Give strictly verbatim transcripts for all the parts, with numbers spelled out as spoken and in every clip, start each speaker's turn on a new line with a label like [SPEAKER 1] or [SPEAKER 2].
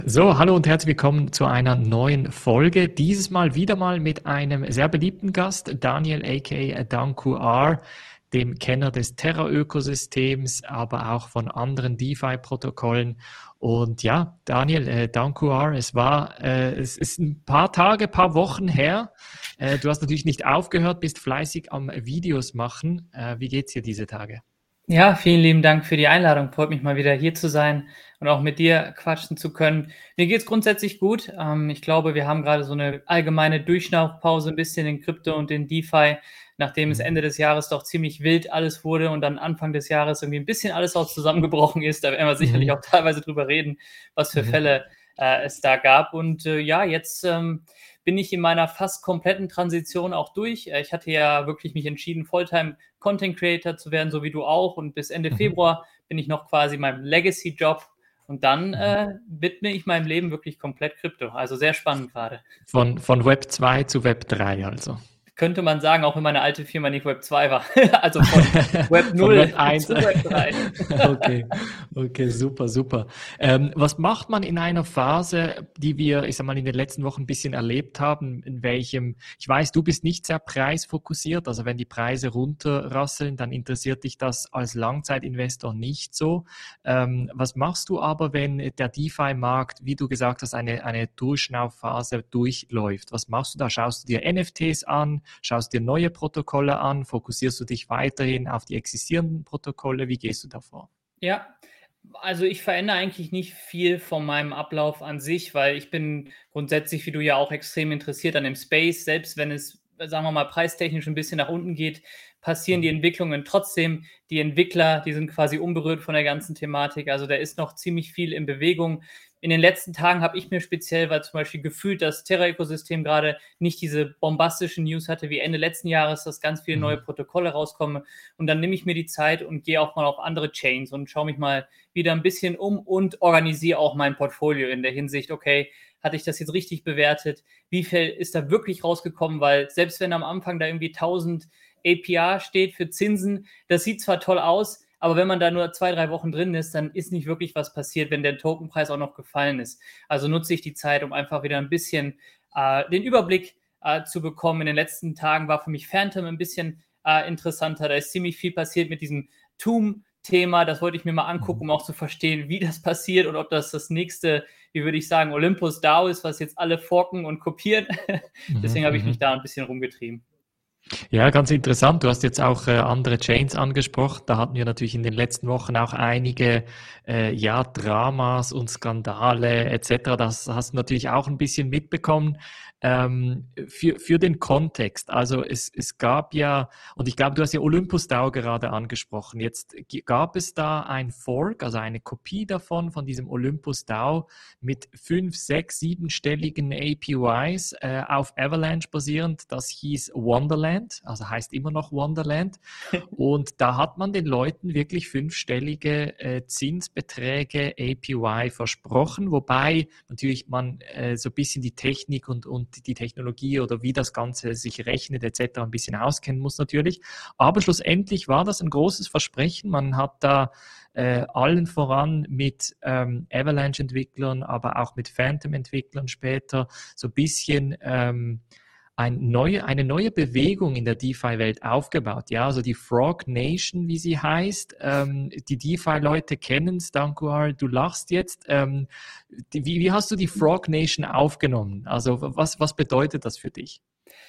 [SPEAKER 1] So, hallo und herzlich willkommen zu einer neuen Folge. Dieses Mal wieder mal mit einem sehr beliebten Gast, Daniel aka Danku R, dem Kenner des Terra-Ökosystems, aber auch von anderen DeFi-Protokollen. Und ja, Daniel, äh, Danku R, es war, äh, es ist ein paar Tage, paar Wochen her. Äh, du hast natürlich nicht aufgehört, bist fleißig am Videos machen. Äh, wie geht's dir diese Tage?
[SPEAKER 2] Ja, vielen lieben Dank für die Einladung. Freut mich mal wieder hier zu sein und auch mit dir quatschen zu können. Mir geht's grundsätzlich gut. Ähm, ich glaube, wir haben gerade so eine allgemeine Durchschnaufpause ein bisschen in Krypto und in DeFi, nachdem es
[SPEAKER 1] Mhm.
[SPEAKER 2] Ende des Jahres doch ziemlich wild alles wurde und dann Anfang des Jahres irgendwie ein bisschen alles auch zusammengebrochen ist. Da werden wir sicherlich
[SPEAKER 1] Mhm.
[SPEAKER 2] auch teilweise drüber reden, was für
[SPEAKER 1] Mhm.
[SPEAKER 2] Fälle äh, es da gab. Und äh, ja, jetzt ähm, bin ich in meiner fast kompletten Transition auch durch. Äh, Ich hatte ja wirklich mich entschieden, Fulltime Content Creator zu werden, so wie du auch. Und bis Ende
[SPEAKER 1] Mhm.
[SPEAKER 2] Februar bin ich noch quasi meinem Legacy-Job. Und dann
[SPEAKER 1] Mhm.
[SPEAKER 2] äh, widme ich meinem Leben wirklich komplett Krypto. Also sehr spannend gerade.
[SPEAKER 1] Von, von Web zwei zu Web drei also.
[SPEAKER 2] Könnte man sagen, auch wenn meine alte Firma nicht Web zwei war. Also von Web
[SPEAKER 1] Von
[SPEAKER 2] null
[SPEAKER 1] Web eins.
[SPEAKER 2] zu Web drei.
[SPEAKER 1] Okay, okay, super, super. Ähm, was macht man in einer Phase, die wir, ich sag mal, in den letzten Wochen ein bisschen erlebt haben, in welchem, ich weiß, du bist nicht sehr preisfokussiert, also wenn die Preise runterrasseln, dann interessiert dich das als Langzeitinvestor nicht so. Ähm, was machst du aber, wenn der DeFi-Markt, wie du gesagt hast, eine, eine Durchschnaufphase durchläuft? Was machst du da? Schaust du dir N F Ts an? Schaust dir neue Protokolle an? Fokussierst du dich weiterhin auf die existierenden Protokolle? Wie gehst du davor?
[SPEAKER 2] Ja, also ich verändere eigentlich nicht viel von meinem Ablauf an sich, weil ich bin grundsätzlich, wie du ja auch, extrem interessiert an dem Space. Selbst wenn es, sagen wir mal, preistechnisch ein bisschen nach unten geht, passieren die
[SPEAKER 1] Mhm.
[SPEAKER 2] Entwicklungen trotzdem. Die Entwickler, die sind quasi unberührt von der ganzen Thematik. Also da ist noch ziemlich viel in Bewegung. In den letzten Tagen habe ich mir speziell, weil zum Beispiel gefühlt das Terra-Ökosystem gerade nicht diese bombastischen News hatte wie Ende letzten Jahres, dass ganz viele neue
[SPEAKER 1] Mhm.
[SPEAKER 2] Protokolle rauskommen. Und dann nehme ich mir die Zeit und gehe auch mal auf andere Chains und schaue mich mal wieder ein bisschen um und organisiere auch mein Portfolio in der Hinsicht, okay, hatte ich das jetzt richtig bewertet? Wie viel ist da wirklich rausgekommen? Weil selbst wenn am Anfang da irgendwie tausend A P R steht für Zinsen, das sieht zwar toll aus, aber wenn man da nur zwei, drei Wochen drin ist, dann ist nicht wirklich was passiert, wenn der Tokenpreis auch noch gefallen ist. Also nutze ich die Zeit, um einfach wieder ein bisschen äh, den Überblick äh, zu bekommen. In den letzten Tagen war für mich Phantom ein bisschen äh, interessanter. Da ist ziemlich viel passiert mit diesem Tomb-Thema. Das wollte ich mir mal angucken,
[SPEAKER 1] Mhm.
[SPEAKER 2] um auch zu verstehen, wie das passiert und ob das das nächste, wie würde ich sagen, Olympus DAO ist, was jetzt alle forken und kopieren.
[SPEAKER 1] Mhm.
[SPEAKER 2] Deswegen habe ich mich
[SPEAKER 1] Mhm.
[SPEAKER 2] da ein bisschen rumgetrieben.
[SPEAKER 1] Ja, ganz interessant. Du hast jetzt auch äh, andere Chains angesprochen. Da hatten wir natürlich in den letzten Wochen auch einige äh, ja, Dramas und Skandale et cetera. Das hast du natürlich auch ein bisschen mitbekommen. Ähm, für, für den Kontext. Also es, es gab ja, und ich glaube, du hast ja Olympus DAO gerade angesprochen. Jetzt g- gab es da ein Fork, also eine Kopie davon, von diesem Olympus DAO mit fünf, sechs, siebenstelligen A P Ys äh, auf Avalanche basierend. Das hieß Wonderland, also heißt immer noch Wonderland. Und da hat man den Leuten wirklich fünfstellige äh, Zinsbeträge A P Y versprochen, wobei natürlich man äh, so ein bisschen die Technik und, und die Technologie oder wie das Ganze sich rechnet et cetera ein bisschen auskennen muss natürlich. Aber schlussendlich war das ein großes Versprechen. Man hat da äh, allen voran mit ähm, Avalanche-Entwicklern, aber auch mit Phantom-Entwicklern später so ein bisschen ähm, ein neue, eine neue Bewegung in der DeFi-Welt aufgebaut. Ja, also die Frog Nation, wie sie heißt. Ähm, die DeFi-Leute kennen es, Dankuar, du lachst jetzt. Ähm, die, wie, wie hast du die Frog Nation aufgenommen? Also was, was bedeutet das für dich?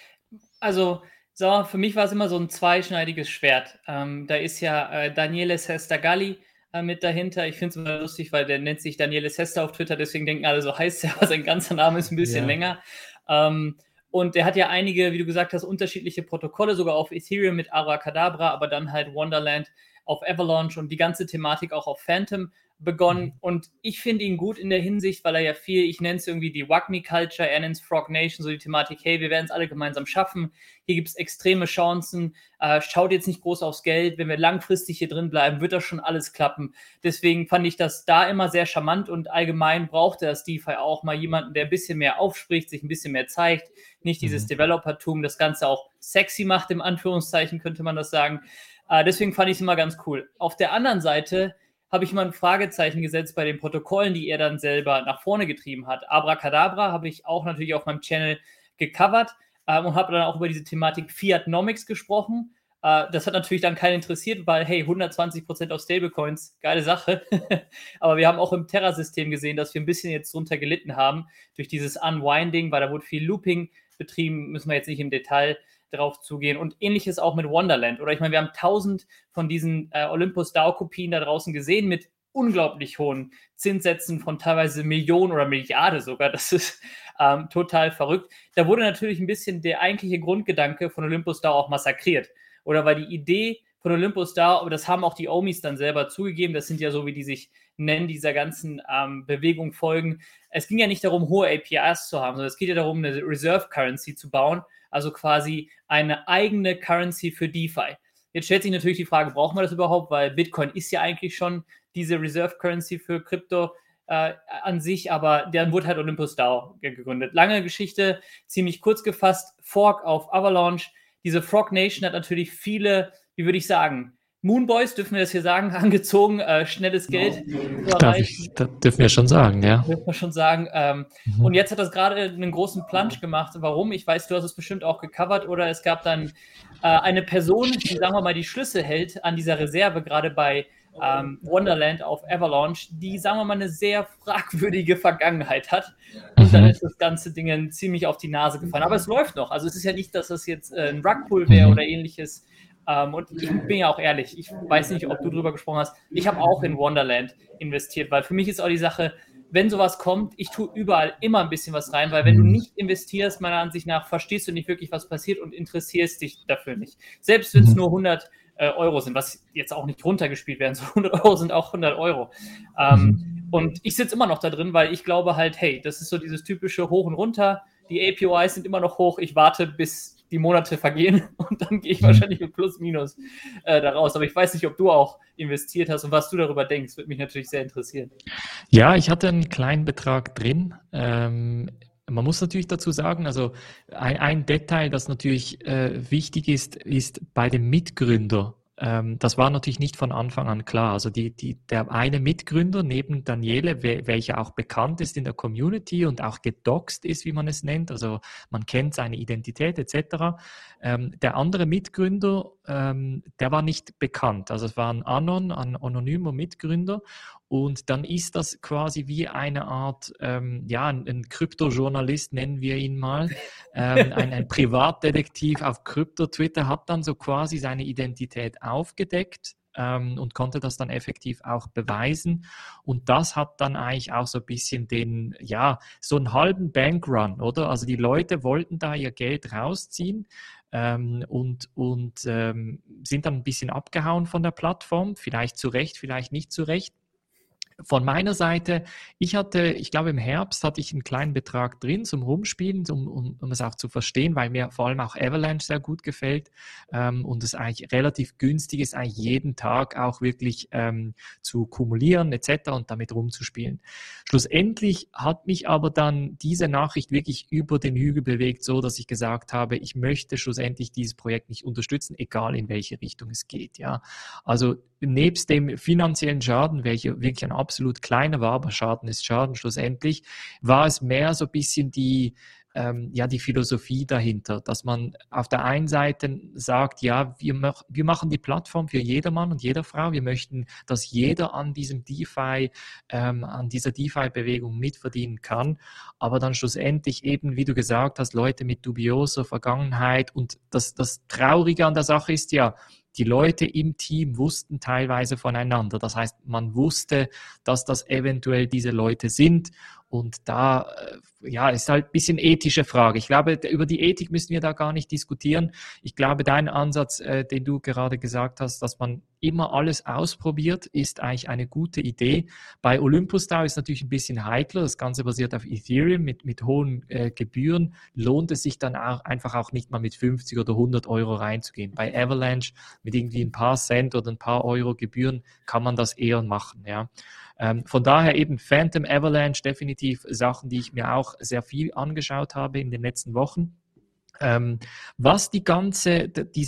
[SPEAKER 2] Also, sag mal, für mich war es immer so ein zweischneidiges Schwert. Ähm, da ist ja äh, Daniele Sestagalli äh, mit dahinter. Ich finde es immer lustig, weil der nennt sich Daniele Sesta auf Twitter, deswegen denken alle, so heißt er, aber sein ganzer Name ist ein bisschen
[SPEAKER 1] Ja.
[SPEAKER 2] länger. Ähm, und der hat ja einige, wie du gesagt hast, unterschiedliche Protokolle, sogar auf Ethereum mit Abracadabra, aber dann halt Wonderland auf Avalanche und die ganze Thematik auch auf Phantom begonnen.
[SPEAKER 1] Mhm.
[SPEAKER 2] Und ich finde ihn gut in der Hinsicht, weil er ja viel, ich nenne es irgendwie die Wagmi-Culture, er nennt es Frog Nation, so die Thematik, hey, wir werden es alle gemeinsam schaffen, hier gibt es extreme Chancen, äh, schaut jetzt nicht groß aufs Geld, wenn wir langfristig hier drin bleiben, wird das schon alles klappen. Deswegen fand ich das da immer sehr charmant und allgemein brauchte das DeFi auch mal jemanden, der ein bisschen mehr aufspricht, sich ein bisschen mehr zeigt, nicht dieses
[SPEAKER 1] Mhm.
[SPEAKER 2] Developertum, das Ganze auch sexy macht, im Anführungszeichen könnte man das sagen. Äh, deswegen fand ich es immer ganz cool. Auf der anderen Seite habe ich mal ein Fragezeichen gesetzt bei den Protokollen, die er dann selber nach vorne getrieben hat. Abracadabra habe ich auch natürlich auf meinem Channel gecovert ähm, und habe dann auch über diese Thematik Fiatnomics gesprochen. Äh, das hat natürlich dann keinen interessiert, weil, hey, hundertzwanzig Prozent auf Stablecoins, geile Sache. Aber wir haben auch im Terra-System gesehen, dass wir ein bisschen jetzt drunter gelitten haben durch dieses Unwinding, weil da wurde viel Looping betrieben, müssen wir jetzt nicht im Detail drauf zugehen. Und ähnliches auch mit Wonderland. Oder ich meine, wir haben tausend von diesen äh, Olympus-D A O-Kopien da draußen gesehen mit unglaublich hohen Zinssätzen von teilweise Millionen oder Milliarden sogar. Das ist ähm, total verrückt. Da wurde natürlich ein bisschen der eigentliche Grundgedanke von Olympus-D A O auch massakriert. Oder weil die Idee von Olympus-D A O, aber das haben auch die Omis dann selber zugegeben, das sind ja so, wie die sich nennen, dieser ganzen ähm, Bewegung folgen. Es ging ja nicht darum, hohe A P Is zu haben, sondern es geht ja darum, eine Reserve Currency zu bauen, also quasi eine eigene Currency für DeFi. Jetzt stellt sich natürlich die Frage, brauchen wir das überhaupt? Weil Bitcoin ist ja eigentlich schon diese Reserve Currency für Krypto äh, an sich, aber dann wurde halt Olympus-D A O gegründet. Lange Geschichte, ziemlich kurz gefasst, Fork auf Avalanche. Diese Frog Nation hat natürlich viele, wie würde ich sagen, Moonboys, dürfen wir das hier sagen, angezogen, äh, schnelles Geld.
[SPEAKER 1] Darf ich, das dürfen wir schon sagen, ja.
[SPEAKER 2] Dürfen wir schon sagen. Ähm, mhm. Und jetzt hat das gerade einen großen Plunge gemacht. Warum? Ich weiß, du hast es bestimmt auch gecovert oder es gab dann äh, eine Person, die, sagen wir mal, die Schlüssel hält an dieser Reserve, gerade bei ähm, Wonderland auf Avalanche, die, sagen wir mal, eine sehr fragwürdige Vergangenheit hat. Und mhm. dann ist das ganze Ding ziemlich auf die Nase gefallen. Aber es läuft noch. Also es ist ja nicht, dass das jetzt äh, ein Rugpool wäre mhm. oder ähnliches. Um, und ich bin ja auch ehrlich, ich weiß nicht, ob du drüber gesprochen hast, ich habe auch in Wonderland investiert, weil für mich ist auch die Sache, wenn sowas kommt, ich tue überall immer ein bisschen was rein, weil wenn du nicht investierst, meiner Ansicht nach, verstehst du nicht wirklich, was passiert und interessierst dich dafür nicht. Selbst wenn es nur hundert äh, Euro sind, was jetzt auch nicht runtergespielt werden, so hundert Euro sind auch hundert Euro. Um, und ich sitze immer noch da drin, weil ich glaube halt, hey, das ist so dieses typische Hoch und Runter, die A P Is sind immer noch hoch, ich warte, bis die Monate vergehen und dann gehe ich wahrscheinlich mit Plus, Minus äh, da raus. Aber ich weiß nicht, ob du auch investiert hast und was du darüber denkst, würde mich natürlich sehr interessieren.
[SPEAKER 1] Ja, ich hatte einen kleinen Betrag drin. Ähm, man muss natürlich dazu sagen, also ein, ein Detail, das natürlich äh, wichtig ist, ist bei dem Mitgründer. Ähm, das war natürlich nicht von Anfang an klar. Also die, die, der eine Mitgründer neben Daniele, wel, welcher auch bekannt ist in der Community und auch gedoxt ist, wie man es nennt, also man kennt seine Identität et cetera. Ähm, der andere Mitgründer, ähm, der war nicht bekannt. Also es war ein Anon, ein anonymer Mitgründer. Und dann ist das quasi wie eine Art, ähm, ja, ein, ein Kryptojournalist, nennen wir ihn mal, ähm, ein, ein Privatdetektiv auf Krypto-Twitter hat dann so quasi seine Identität aufgedeckt ähm, und konnte das dann effektiv auch beweisen. Und das hat dann eigentlich auch so ein bisschen den, ja, so einen halben Bankrun, oder? Also die Leute wollten da ihr Geld rausziehen. Ähm, und und ähm, sind dann ein bisschen abgehauen von der Plattform, vielleicht zu Recht, vielleicht nicht zu Recht. Von meiner Seite, ich hatte, ich glaube im Herbst hatte ich einen kleinen Betrag drin zum Rumspielen, um, um, um es auch zu verstehen, weil mir vor allem auch Avalanche sehr gut gefällt ähm, und es eigentlich relativ günstig ist, eigentlich jeden Tag auch wirklich ähm, zu kumulieren et cetera und damit rumzuspielen. Schlussendlich hat mich aber dann diese Nachricht wirklich über den Hügel bewegt, so dass ich gesagt habe, ich möchte schlussendlich dieses Projekt nicht unterstützen, egal in welche Richtung es geht. Ja, also nebst dem finanziellen Schaden, welcher wirklich ein absolut kleiner war, aber Schaden ist Schaden schlussendlich, war es mehr so ein bisschen die, ähm, ja, die Philosophie dahinter, dass man auf der einen Seite sagt, ja, wir, mach, wir machen die Plattform für jedermann und jede Frau, wir möchten, dass jeder an diesem DeFi, ähm, an dieser DeFi-Bewegung mitverdienen kann, aber dann schlussendlich eben, wie du gesagt hast, Leute mit dubioser Vergangenheit und das, das Traurige an der Sache ist ja, die Leute im Team wussten teilweise voneinander. Das heißt, man wusste, dass das eventuell diese Leute sind. Und da, ja, ist halt ein bisschen ethische Frage. Ich glaube, über die Ethik müssen wir da gar nicht diskutieren. Ich glaube, dein Ansatz, äh, den du gerade gesagt hast, dass man immer alles ausprobiert, ist eigentlich eine gute Idee. Bei Olympus-D A O ist natürlich ein bisschen heikler. Das Ganze basiert auf Ethereum mit, mit hohen äh, Gebühren. Lohnt es sich dann auch einfach auch nicht mal mit fünfzig oder hundert Euro reinzugehen. Bei Avalanche mit irgendwie ein paar Cent oder ein paar Euro Gebühren kann man das eher machen, ja. Ähm, von daher eben Phantom Avalanche definitiv Sachen, die ich mir auch sehr viel angeschaut habe in den letzten Wochen. Ähm, was die ganze, diese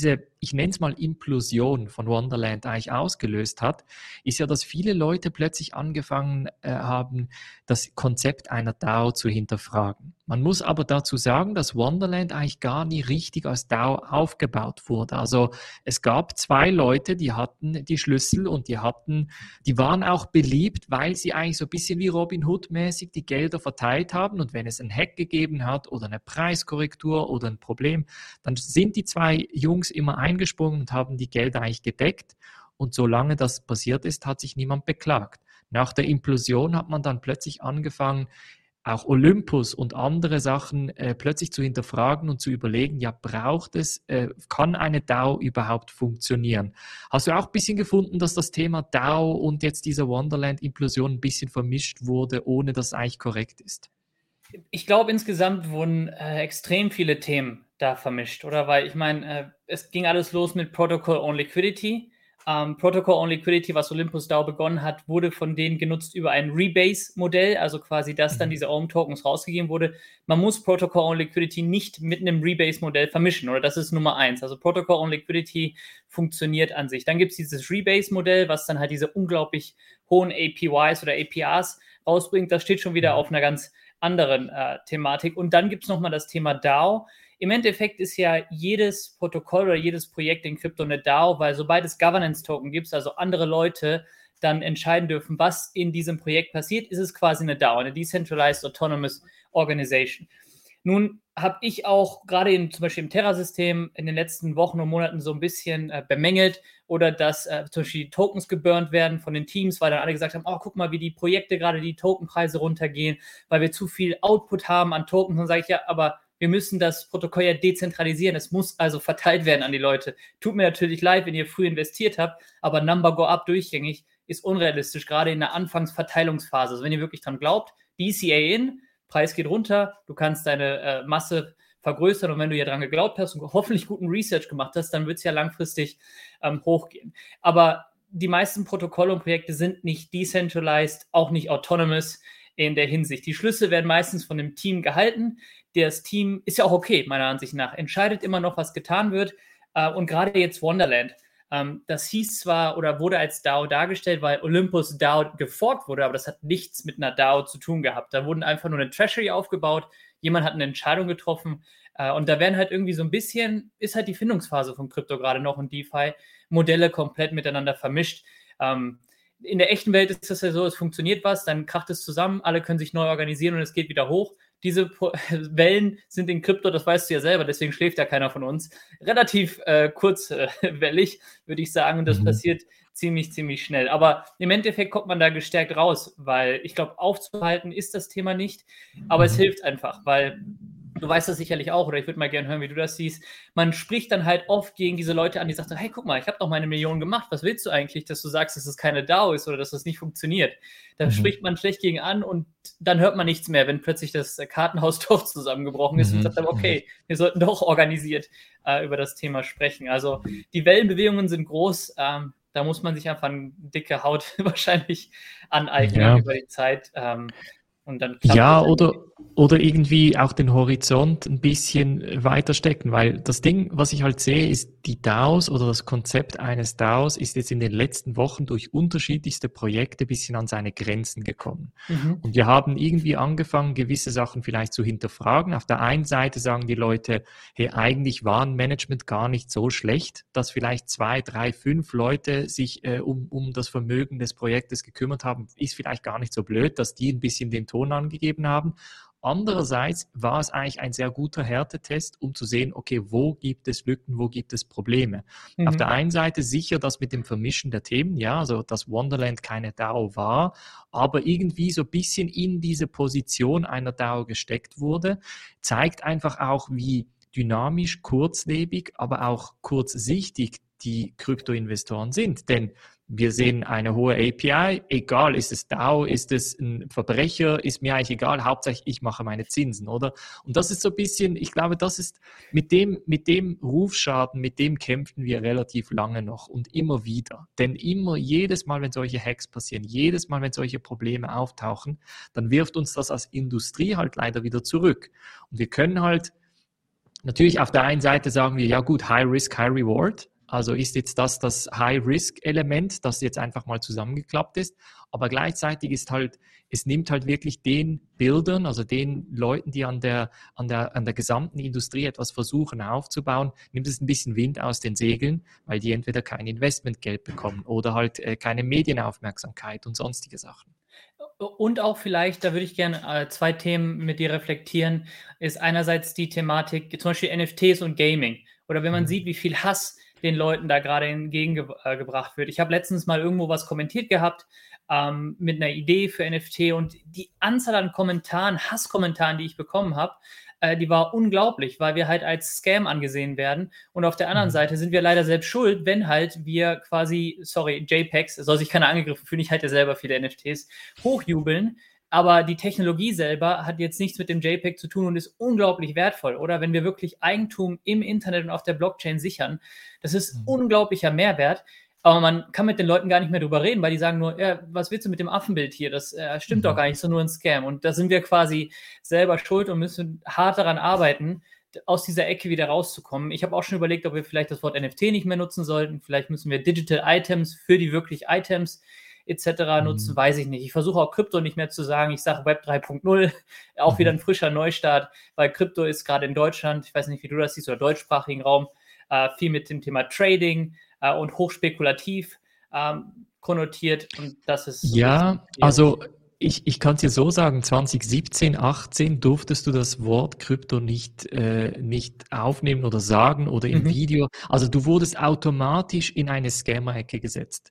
[SPEAKER 1] ich nenne es mal Implosion von Wonderland eigentlich ausgelöst hat, ist ja, dass viele Leute plötzlich angefangen äh, haben, das Konzept einer DAO zu hinterfragen. Man muss aber dazu sagen, dass Wonderland eigentlich gar nie richtig als DAO aufgebaut wurde. Also es gab zwei Leute, die hatten die Schlüssel und die hatten, die waren auch beliebt, weil sie eigentlich so ein bisschen wie Robin Hood mäßig die Gelder verteilt haben, und wenn es einen Hack gegeben hat oder eine Preiskorrektur oder ein Problem, dann sind die zwei Jungs immer eingesprungen und haben die Gelder eigentlich gedeckt, und solange das passiert ist, hat sich niemand beklagt. Nach der Implosion hat man dann plötzlich angefangen, auch Olympus und andere Sachen äh, plötzlich zu hinterfragen und zu überlegen, ja, braucht es, äh, kann eine DAO überhaupt funktionieren? Hast du auch ein bisschen gefunden, dass das Thema DAO und jetzt diese Wonderland-Implosion ein bisschen vermischt wurde, ohne dass es eigentlich korrekt ist?
[SPEAKER 2] Ich glaube, insgesamt wurden äh, extrem viele Themen da vermischt, oder? Weil ich meine, äh, es ging alles los mit Protocol on Liquidity. Ähm, Protocol on Liquidity, was Olympus DAO begonnen hat, wurde von denen genutzt über ein Rebase-Modell, also quasi, dass dann diese Ohm-Tokens rausgegeben wurde. Man muss Protocol on Liquidity nicht mit einem Rebase-Modell vermischen, oder? Das ist Nummer eins. Also Protocol on Liquidity funktioniert an sich. Dann gibt es dieses Rebase-Modell, was dann halt diese unglaublich hohen A P Ys oder A P Rs rausbringt. Das steht schon wieder auf einer ganz anderen äh, Thematik. Und dann gibt es nochmal das Thema DAO. Im Endeffekt ist ja jedes Protokoll oder jedes Projekt in Krypto eine DAO, weil sobald es Governance-Token gibt, also andere Leute dann entscheiden dürfen, was in diesem Projekt passiert, ist es quasi eine DAO, eine Decentralized Autonomous Organization. Nun habe ich auch gerade in, zum Beispiel im Terra-System in den letzten Wochen und Monaten so ein bisschen äh, bemängelt, oder dass äh, zum Beispiel die Tokens geburnt werden von den Teams, weil dann alle gesagt haben, oh, guck mal, wie die Projekte gerade die Tokenpreise runtergehen, weil wir zu viel Output haben an Tokens. Dann sage ich, ja, aber wir müssen das Protokoll ja dezentralisieren. Es muss also verteilt werden an die Leute. Tut mir natürlich leid, wenn ihr früh investiert habt, aber Number Go Up durchgängig ist unrealistisch, gerade in der Anfangsverteilungsphase. Also wenn ihr wirklich dran glaubt, D C A in, Preis geht runter, du kannst deine äh, Masse vergrößern, und wenn du ja dran geglaubt hast und hoffentlich guten Research gemacht hast, dann wird es ja langfristig ähm, hochgehen. Aber die meisten Protokolle und Projekte sind nicht decentralized, auch nicht autonomous in der Hinsicht. Die Schlüsse werden meistens von dem Team gehalten. Das Team ist ja auch okay, meiner Ansicht nach, entscheidet immer noch, was getan wird. Äh, und gerade jetzt Wonderland, ähm, das hieß zwar oder wurde als DAO dargestellt, weil Olympus DAO geforkt wurde, aber das hat nichts mit einer DAO zu tun gehabt. Da wurden einfach nur eine Treasury aufgebaut, jemand hat eine Entscheidung getroffen, äh, und da werden halt irgendwie so ein bisschen, ist halt die Findungsphase von Krypto gerade noch und DeFi, Modelle komplett miteinander vermischt. Ähm, in der echten Welt ist das ja so, es funktioniert was, dann kracht es zusammen, alle können sich neu organisieren und es geht wieder hoch. Diese Wellen sind in Krypto, das weißt du ja selber, deswegen schläft ja keiner von uns, relativ äh, kurzwellig, äh, würde ich sagen, und das mhm. passiert ziemlich, ziemlich schnell. Aber im Endeffekt kommt man da gestärkt raus, weil ich glaube, aufzuhalten ist das Thema nicht, aber mhm. es hilft einfach, weil du weißt das sicherlich auch, oder ich würde mal gerne hören, wie du das siehst. Man spricht dann halt oft gegen diese Leute an, die sagen, hey, guck mal, ich habe doch meine Million gemacht. Was willst du eigentlich, dass du sagst, dass es keine DAO ist oder dass das nicht funktioniert? Da mhm. spricht man schlecht gegen an, und dann hört man nichts mehr, wenn plötzlich das Kartenhaus doch zusammengebrochen ist mhm. und sagt dann, okay, wir sollten doch organisiert äh, über das Thema sprechen. Also die Wellenbewegungen sind groß. Ähm, da muss man sich einfach eine dicke Haut wahrscheinlich aneignen ja. über die Zeit. Ähm, Und dann
[SPEAKER 1] ja, oder, oder irgendwie auch den Horizont ein bisschen weiter stecken, weil das Ding, was ich halt sehe, ist, die DAOs oder das Konzept eines DAOs ist jetzt in den letzten Wochen durch unterschiedlichste Projekte ein bisschen an seine Grenzen gekommen. Mhm. Und wir haben irgendwie angefangen, gewisse Sachen vielleicht zu hinterfragen. Auf der einen Seite sagen die Leute, hey, eigentlich war ein Management gar nicht so schlecht, dass vielleicht zwei, drei, fünf Leute sich äh, um, um das Vermögen des Projektes gekümmert haben, ist vielleicht gar nicht so blöd, dass die ein bisschen den Ton angegeben haben. Andererseits war es eigentlich ein sehr guter Härtetest, um zu sehen, okay, wo gibt es Lücken, wo gibt es Probleme. Mhm. Auf der einen Seite sicher das mit dem Vermischen der Themen, ja, also dass Wonderland keine DAO war, aber irgendwie so ein bisschen in diese Position einer DAO gesteckt wurde, zeigt einfach auch, wie dynamisch, kurzlebig, aber auch kurzsichtig die Kryptoinvestoren sind. Denn wir sehen eine hohe A P I, egal, ist es DAO, ist es ein Verbrecher, ist mir eigentlich egal, hauptsächlich ich mache meine Zinsen, oder? Und das ist so ein bisschen, ich glaube, das ist mit dem, mit dem Rufschaden, mit dem kämpfen wir relativ lange noch und immer wieder. Denn immer, jedes Mal, wenn solche Hacks passieren, jedes Mal, wenn solche Probleme auftauchen, dann wirft uns das als Industrie halt leider wieder zurück. Und wir können halt natürlich auf der einen Seite sagen wir, ja gut, High Risk, High Reward. Also ist jetzt das das High-Risk-Element, das jetzt einfach mal zusammengeklappt ist, aber gleichzeitig ist halt, es nimmt halt wirklich den Bildern, also den Leuten, die an der, an der, an der gesamten Industrie etwas versuchen aufzubauen, nimmt es ein bisschen Wind aus den Segeln, weil die entweder kein Investmentgeld bekommen oder halt äh, keine Medienaufmerksamkeit und sonstige Sachen.
[SPEAKER 2] Und auch vielleicht, da würde ich gerne äh, zwei Themen mit dir reflektieren, ist einerseits die Thematik, zum Beispiel N F Ts und Gaming. Oder wenn man
[SPEAKER 1] Mhm.
[SPEAKER 2] sieht, wie viel Hass den Leuten da gerade entgegengebracht äh, wird. Ich habe letztens mal irgendwo was kommentiert gehabt ähm, mit einer Idee für N F T und die Anzahl an Kommentaren, Hasskommentaren, die ich bekommen habe, äh, die war unglaublich, weil wir halt als Scam angesehen werden. Und auf der anderen
[SPEAKER 1] Mhm.
[SPEAKER 2] Seite sind wir leider selbst schuld, wenn halt wir quasi, sorry, JPEGs, soll sich keiner angegriffen fühlen, ich halte ja selber viele N F Ts, hochjubeln. Aber die Technologie selber hat jetzt nichts mit dem JPEG zu tun und ist unglaublich wertvoll. Oder wenn wir wirklich Eigentum im Internet und auf der Blockchain sichern, das ist
[SPEAKER 1] Mhm.
[SPEAKER 2] unglaublicher Mehrwert. Aber man kann mit den Leuten gar nicht mehr drüber reden, weil die sagen nur, ja, was willst du mit dem Affenbild hier? Das äh, stimmt
[SPEAKER 1] Mhm.
[SPEAKER 2] doch gar nicht, so nur ein Scam. Und da sind wir quasi selber schuld und müssen hart daran arbeiten, aus dieser Ecke wieder rauszukommen. Ich habe auch schon überlegt, ob wir vielleicht das Wort N F T nicht mehr nutzen sollten. Vielleicht müssen wir Digital Items für die wirklich Items et cetera nutzen,
[SPEAKER 1] Mhm.
[SPEAKER 2] weiß ich nicht. Ich versuche auch Krypto nicht mehr zu sagen. Ich sage Web drei Punkt null, auch
[SPEAKER 1] Mhm.
[SPEAKER 2] wieder ein frischer Neustart, weil Krypto ist gerade in Deutschland, ich weiß nicht, wie du das siehst, oder deutschsprachigen Raum, äh, viel mit dem Thema Trading äh, und hochspekulativ ähm, konnotiert und das ist so ein bisschen
[SPEAKER 1] Ja,
[SPEAKER 2] schwierig.
[SPEAKER 1] also ich, ich kann es dir so sagen, zwanzig siebzehn, achtzehn durftest du das Wort Krypto nicht, äh, nicht aufnehmen oder sagen oder im
[SPEAKER 2] Mhm.
[SPEAKER 1] Video. Also du wurdest automatisch in eine Scammer-Ecke gesetzt.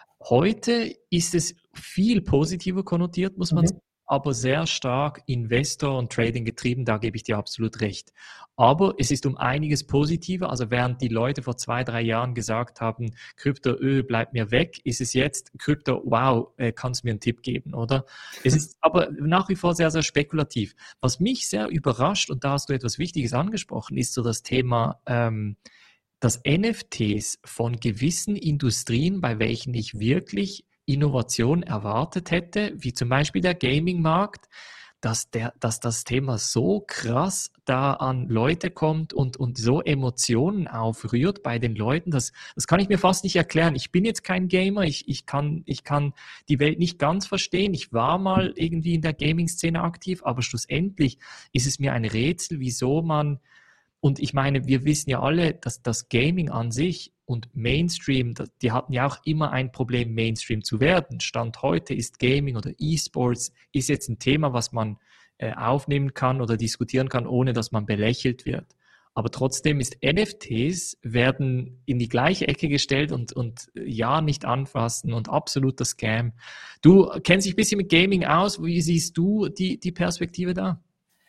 [SPEAKER 1] Heute ist es viel positiver konnotiert, muss man
[SPEAKER 2] Mhm.
[SPEAKER 1] sagen, aber sehr stark Investor und Trading getrieben, da gebe ich dir absolut recht. Aber es ist um einiges positiver. Also während die Leute vor zwei, drei Jahren gesagt haben, Krypto, öh, bleibt mir weg, ist es jetzt Krypto, wow, äh, kannst du mir einen Tipp geben, oder? Es ist aber nach wie vor sehr, sehr spekulativ. Was mich sehr überrascht, und da hast du etwas Wichtiges angesprochen, ist so das Thema, ähm, dass N F Ts von gewissen Industrien, bei welchen ich wirklich Innovation erwartet hätte, wie zum Beispiel der Gaming-Markt, dass, der, dass das Thema so krass da an Leute kommt und, und so Emotionen aufrührt bei den Leuten, das, das kann ich mir fast nicht erklären. Ich bin jetzt kein Gamer, ich, ich, kann, ich kann die Welt nicht ganz verstehen. Ich war mal irgendwie in der Gaming-Szene aktiv, aber schlussendlich ist es mir ein Rätsel, wieso man und ich meine, wir wissen ja alle, dass das Gaming an sich und Mainstream, die hatten ja auch immer ein Problem, Mainstream zu werden. Stand heute ist Gaming oder E-Sports ist jetzt ein Thema, was man äh, aufnehmen kann oder diskutieren kann, ohne dass man belächelt wird. Aber trotzdem ist N F Ts werden in die gleiche Ecke gestellt und, und ja, nicht anfassen und absoluter Scam. Du kennst dich ein bisschen mit Gaming aus. Wie siehst du die, die Perspektive da?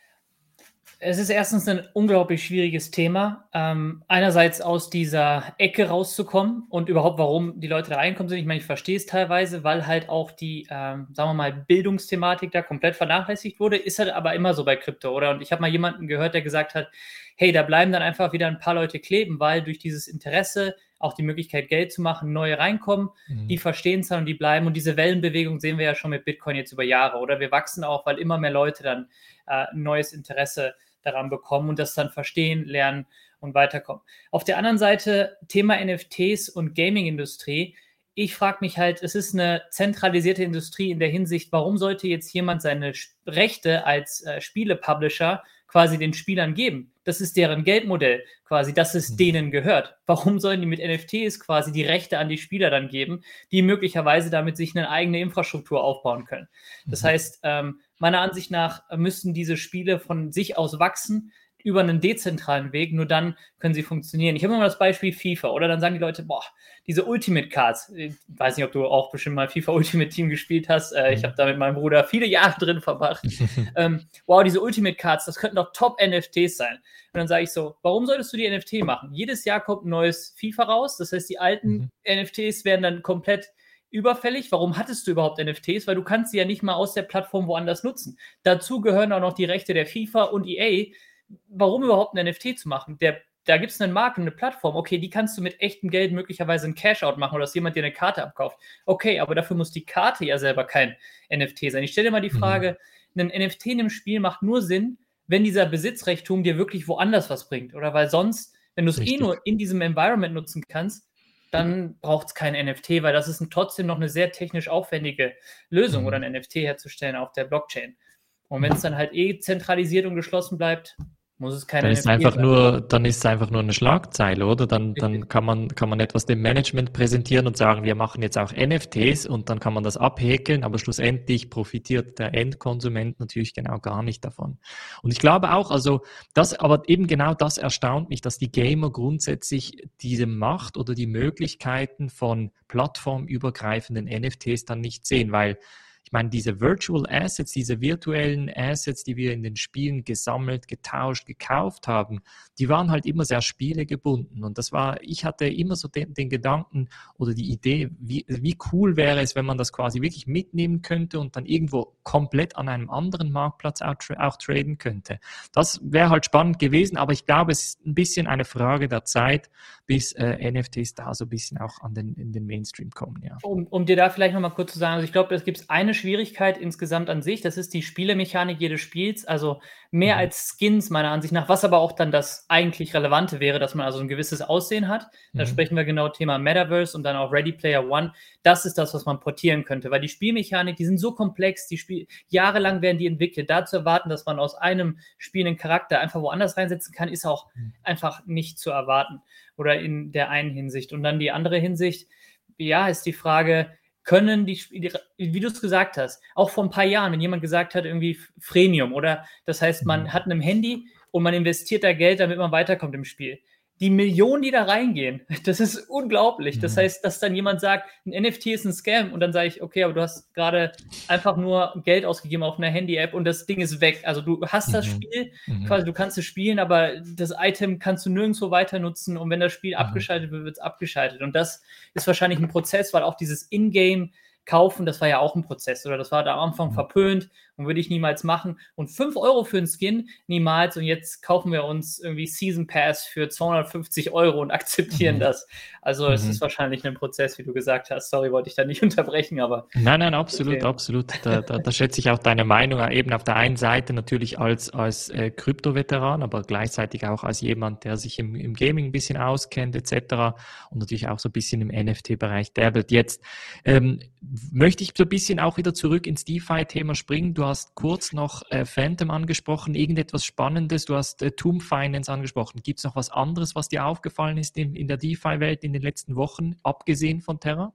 [SPEAKER 2] Es ist erstens ein unglaublich schwieriges Thema. Ähm, einerseits aus dieser Ecke rauszukommen und überhaupt, warum die Leute da reinkommen sind. Ich meine, ich verstehe es teilweise, weil halt auch die, ähm, sagen wir mal, Bildungsthematik da komplett vernachlässigt wurde. Ist halt aber immer so bei Krypto, oder? Und ich habe mal jemanden gehört, der gesagt hat, hey, da bleiben dann einfach wieder ein paar Leute kleben, weil durch dieses Interesse auch die Möglichkeit, Geld zu machen, neue reinkommen, die
[SPEAKER 1] Mhm.
[SPEAKER 2] verstehen es dann und die bleiben. Und diese Wellenbewegung sehen wir ja schon mit Bitcoin jetzt über Jahre, oder? Wir wachsen auch, weil immer mehr Leute dann äh, ein neues Interesse daran bekommen und das dann verstehen, lernen und weiterkommen. Auf der anderen Seite Thema N F Ts und Gaming-Industrie. Ich frage mich halt, es ist eine zentralisierte Industrie in der Hinsicht, warum sollte jetzt jemand seine Rechte als äh, Spiele-Publisher quasi den Spielern geben? Das ist deren Geldmodell quasi, dass es
[SPEAKER 1] Mhm.
[SPEAKER 2] denen gehört. Warum sollen die mit N F Ts quasi die Rechte an die Spieler dann geben, die möglicherweise damit sich eine eigene Infrastruktur aufbauen können? Das
[SPEAKER 1] Mhm.
[SPEAKER 2] heißt, ähm, meiner Ansicht nach müssen diese Spiele von sich aus wachsen über einen dezentralen Weg, nur dann können sie funktionieren. Ich habe immer das Beispiel FIFA, oder dann sagen die Leute, boah, diese Ultimate Cards, ich weiß nicht, ob du auch bestimmt mal FIFA Ultimate Team gespielt hast, äh, ich habe da mit meinem Bruder viele Jahre drin verbracht. Ähm, wow, diese Ultimate Cards, das könnten doch Top-N F Ts sein. Und dann sage ich so, warum solltest du die N F T machen? Jedes Jahr kommt ein neues FIFA raus, das heißt, die alten
[SPEAKER 1] Mhm.
[SPEAKER 2] N F Ts werden dann komplett überfällig. Warum hattest du überhaupt N F Ts? Weil du kannst sie ja nicht mal aus der Plattform woanders nutzen. Dazu gehören auch noch die Rechte der FIFA und E A. Warum überhaupt ein N F T zu machen? Der, da gibt es einen Markt und eine Plattform. Okay, die kannst du mit echtem Geld möglicherweise ein Cash-Out machen oder dass jemand dir eine Karte abkauft. Okay, aber dafür muss die Karte ja selber kein N F T sein. Ich stelle dir mal die
[SPEAKER 1] Mhm.
[SPEAKER 2] Frage, ein N F T in einem Spiel macht nur Sinn, wenn dieser Besitzreichtum dir wirklich woanders was bringt. Oder weil sonst Wenn du es eh
[SPEAKER 1] Richtig.
[SPEAKER 2] nur in diesem Environment nutzen kannst, dann braucht es kein N F T, weil das ist ein, trotzdem noch eine sehr technisch aufwendige Lösung,
[SPEAKER 1] Mhm.
[SPEAKER 2] oder ein N F T herzustellen auf der Blockchain. Und wenn es dann halt eh zentralisiert und geschlossen bleibt, muss es kein
[SPEAKER 1] Dann
[SPEAKER 2] N
[SPEAKER 1] ist
[SPEAKER 2] F T
[SPEAKER 1] einfach
[SPEAKER 2] sein.
[SPEAKER 1] nur, dann ist es einfach nur eine Schlagzeile, oder? Dann, dann
[SPEAKER 2] Richtig.
[SPEAKER 1] kann man, kann man etwas dem Management präsentieren und sagen, wir machen jetzt auch N F Ts, und dann kann man das abhäkeln, aber schlussendlich profitiert der Endkonsument natürlich genau gar nicht davon. Und ich glaube auch, also das, aber eben genau das erstaunt mich, dass die Gamer grundsätzlich diese Macht oder die Möglichkeiten von plattformübergreifenden N F Ts dann nicht sehen, weil ich meine, diese Virtual Assets, diese virtuellen Assets, die wir in den Spielen gesammelt, getauscht, gekauft haben, die waren halt immer sehr spielegebunden. Und das war, ich hatte immer so den, den Gedanken oder die Idee, wie, wie cool wäre es, wenn man das quasi wirklich mitnehmen könnte und dann irgendwo komplett an einem anderen Marktplatz auch, tra- auch traden könnte. Das wäre halt spannend gewesen, aber ich glaube, es ist ein bisschen eine Frage der Zeit, bis äh, N F Ts da so ein bisschen auch an den, in den Mainstream kommen, ja.
[SPEAKER 2] Um, um dir da vielleicht nochmal kurz zu sagen, also ich glaube, es gibt eine Schwierigkeit insgesamt an sich, das ist die Spielemechanik jedes Spiels, also mehr
[SPEAKER 1] Mhm.
[SPEAKER 2] als Skins meiner Ansicht nach, was aber auch dann das eigentlich Relevante wäre, dass man also ein gewisses Aussehen hat. Da
[SPEAKER 1] Mhm.
[SPEAKER 2] sprechen wir genau Thema Metaverse und dann auch Ready Player One. Das ist das, was man portieren könnte, weil die Spielmechanik, die sind so komplex, die Spiel jahrelang werden die entwickelt. Da zu erwarten, dass man aus einem spielenden Charakter einfach woanders reinsetzen kann, ist auch
[SPEAKER 1] Mhm.
[SPEAKER 2] einfach nicht zu erwarten, oder in der einen Hinsicht. Und dann die andere Hinsicht, ja, ist die Frage, können die, wie du es gesagt hast, auch vor ein paar Jahren, wenn jemand gesagt hat, irgendwie Freemium, oder das heißt, man
[SPEAKER 1] Mhm.
[SPEAKER 2] hat ein Handy und man investiert da Geld, damit man weiterkommt im Spiel. Die Millionen, die da reingehen, das ist unglaublich. Das
[SPEAKER 1] Mhm.
[SPEAKER 2] heißt, dass dann jemand sagt, ein N F T ist ein Scam, und dann sage ich, okay, aber du hast gerade einfach nur Geld ausgegeben auf einer Handy-App und das Ding ist weg. Also du hast das
[SPEAKER 1] Mhm.
[SPEAKER 2] Spiel,
[SPEAKER 1] Mhm.
[SPEAKER 2] quasi, du kannst es spielen, aber das Item kannst du nirgendwo weiter nutzen, und wenn das Spiel
[SPEAKER 1] Mhm.
[SPEAKER 2] abgeschaltet wird, wird es abgeschaltet. Und das ist wahrscheinlich ein Prozess, weil auch dieses Ingame kaufen, das war ja auch ein Prozess, oder das war da am Anfang
[SPEAKER 1] Mhm.
[SPEAKER 2] verpönt und würde ich niemals machen. Und fünf Euro für einen Skin, niemals. Und jetzt kaufen wir uns irgendwie Season Pass für zweihundertfünfzig Euro und akzeptieren
[SPEAKER 1] Mhm.
[SPEAKER 2] das. Also es
[SPEAKER 1] Mhm.
[SPEAKER 2] ist wahrscheinlich ein Prozess, wie du gesagt hast. Sorry, wollte ich da nicht unterbrechen, aber
[SPEAKER 1] Nein, nein, absolut,
[SPEAKER 2] okay.
[SPEAKER 1] absolut. Da, da, da schätze ich auch deine Meinung äh, eben auf der einen Seite natürlich als, als äh, Krypto-Veteran, aber gleichzeitig auch als jemand, der sich im, im Gaming ein bisschen auskennt et cetera und natürlich auch so ein bisschen im N F T-Bereich dabbelt. Jetzt ähm, möchte ich so ein bisschen auch wieder zurück ins DeFi-Thema springen. Du hast kurz noch äh, Phantom angesprochen, irgendetwas Spannendes. Du hast äh, Tomb Finance angesprochen. Gibt es noch was anderes, was dir aufgefallen ist in, in der DeFi-Welt in den letzten Wochen, abgesehen von Terra?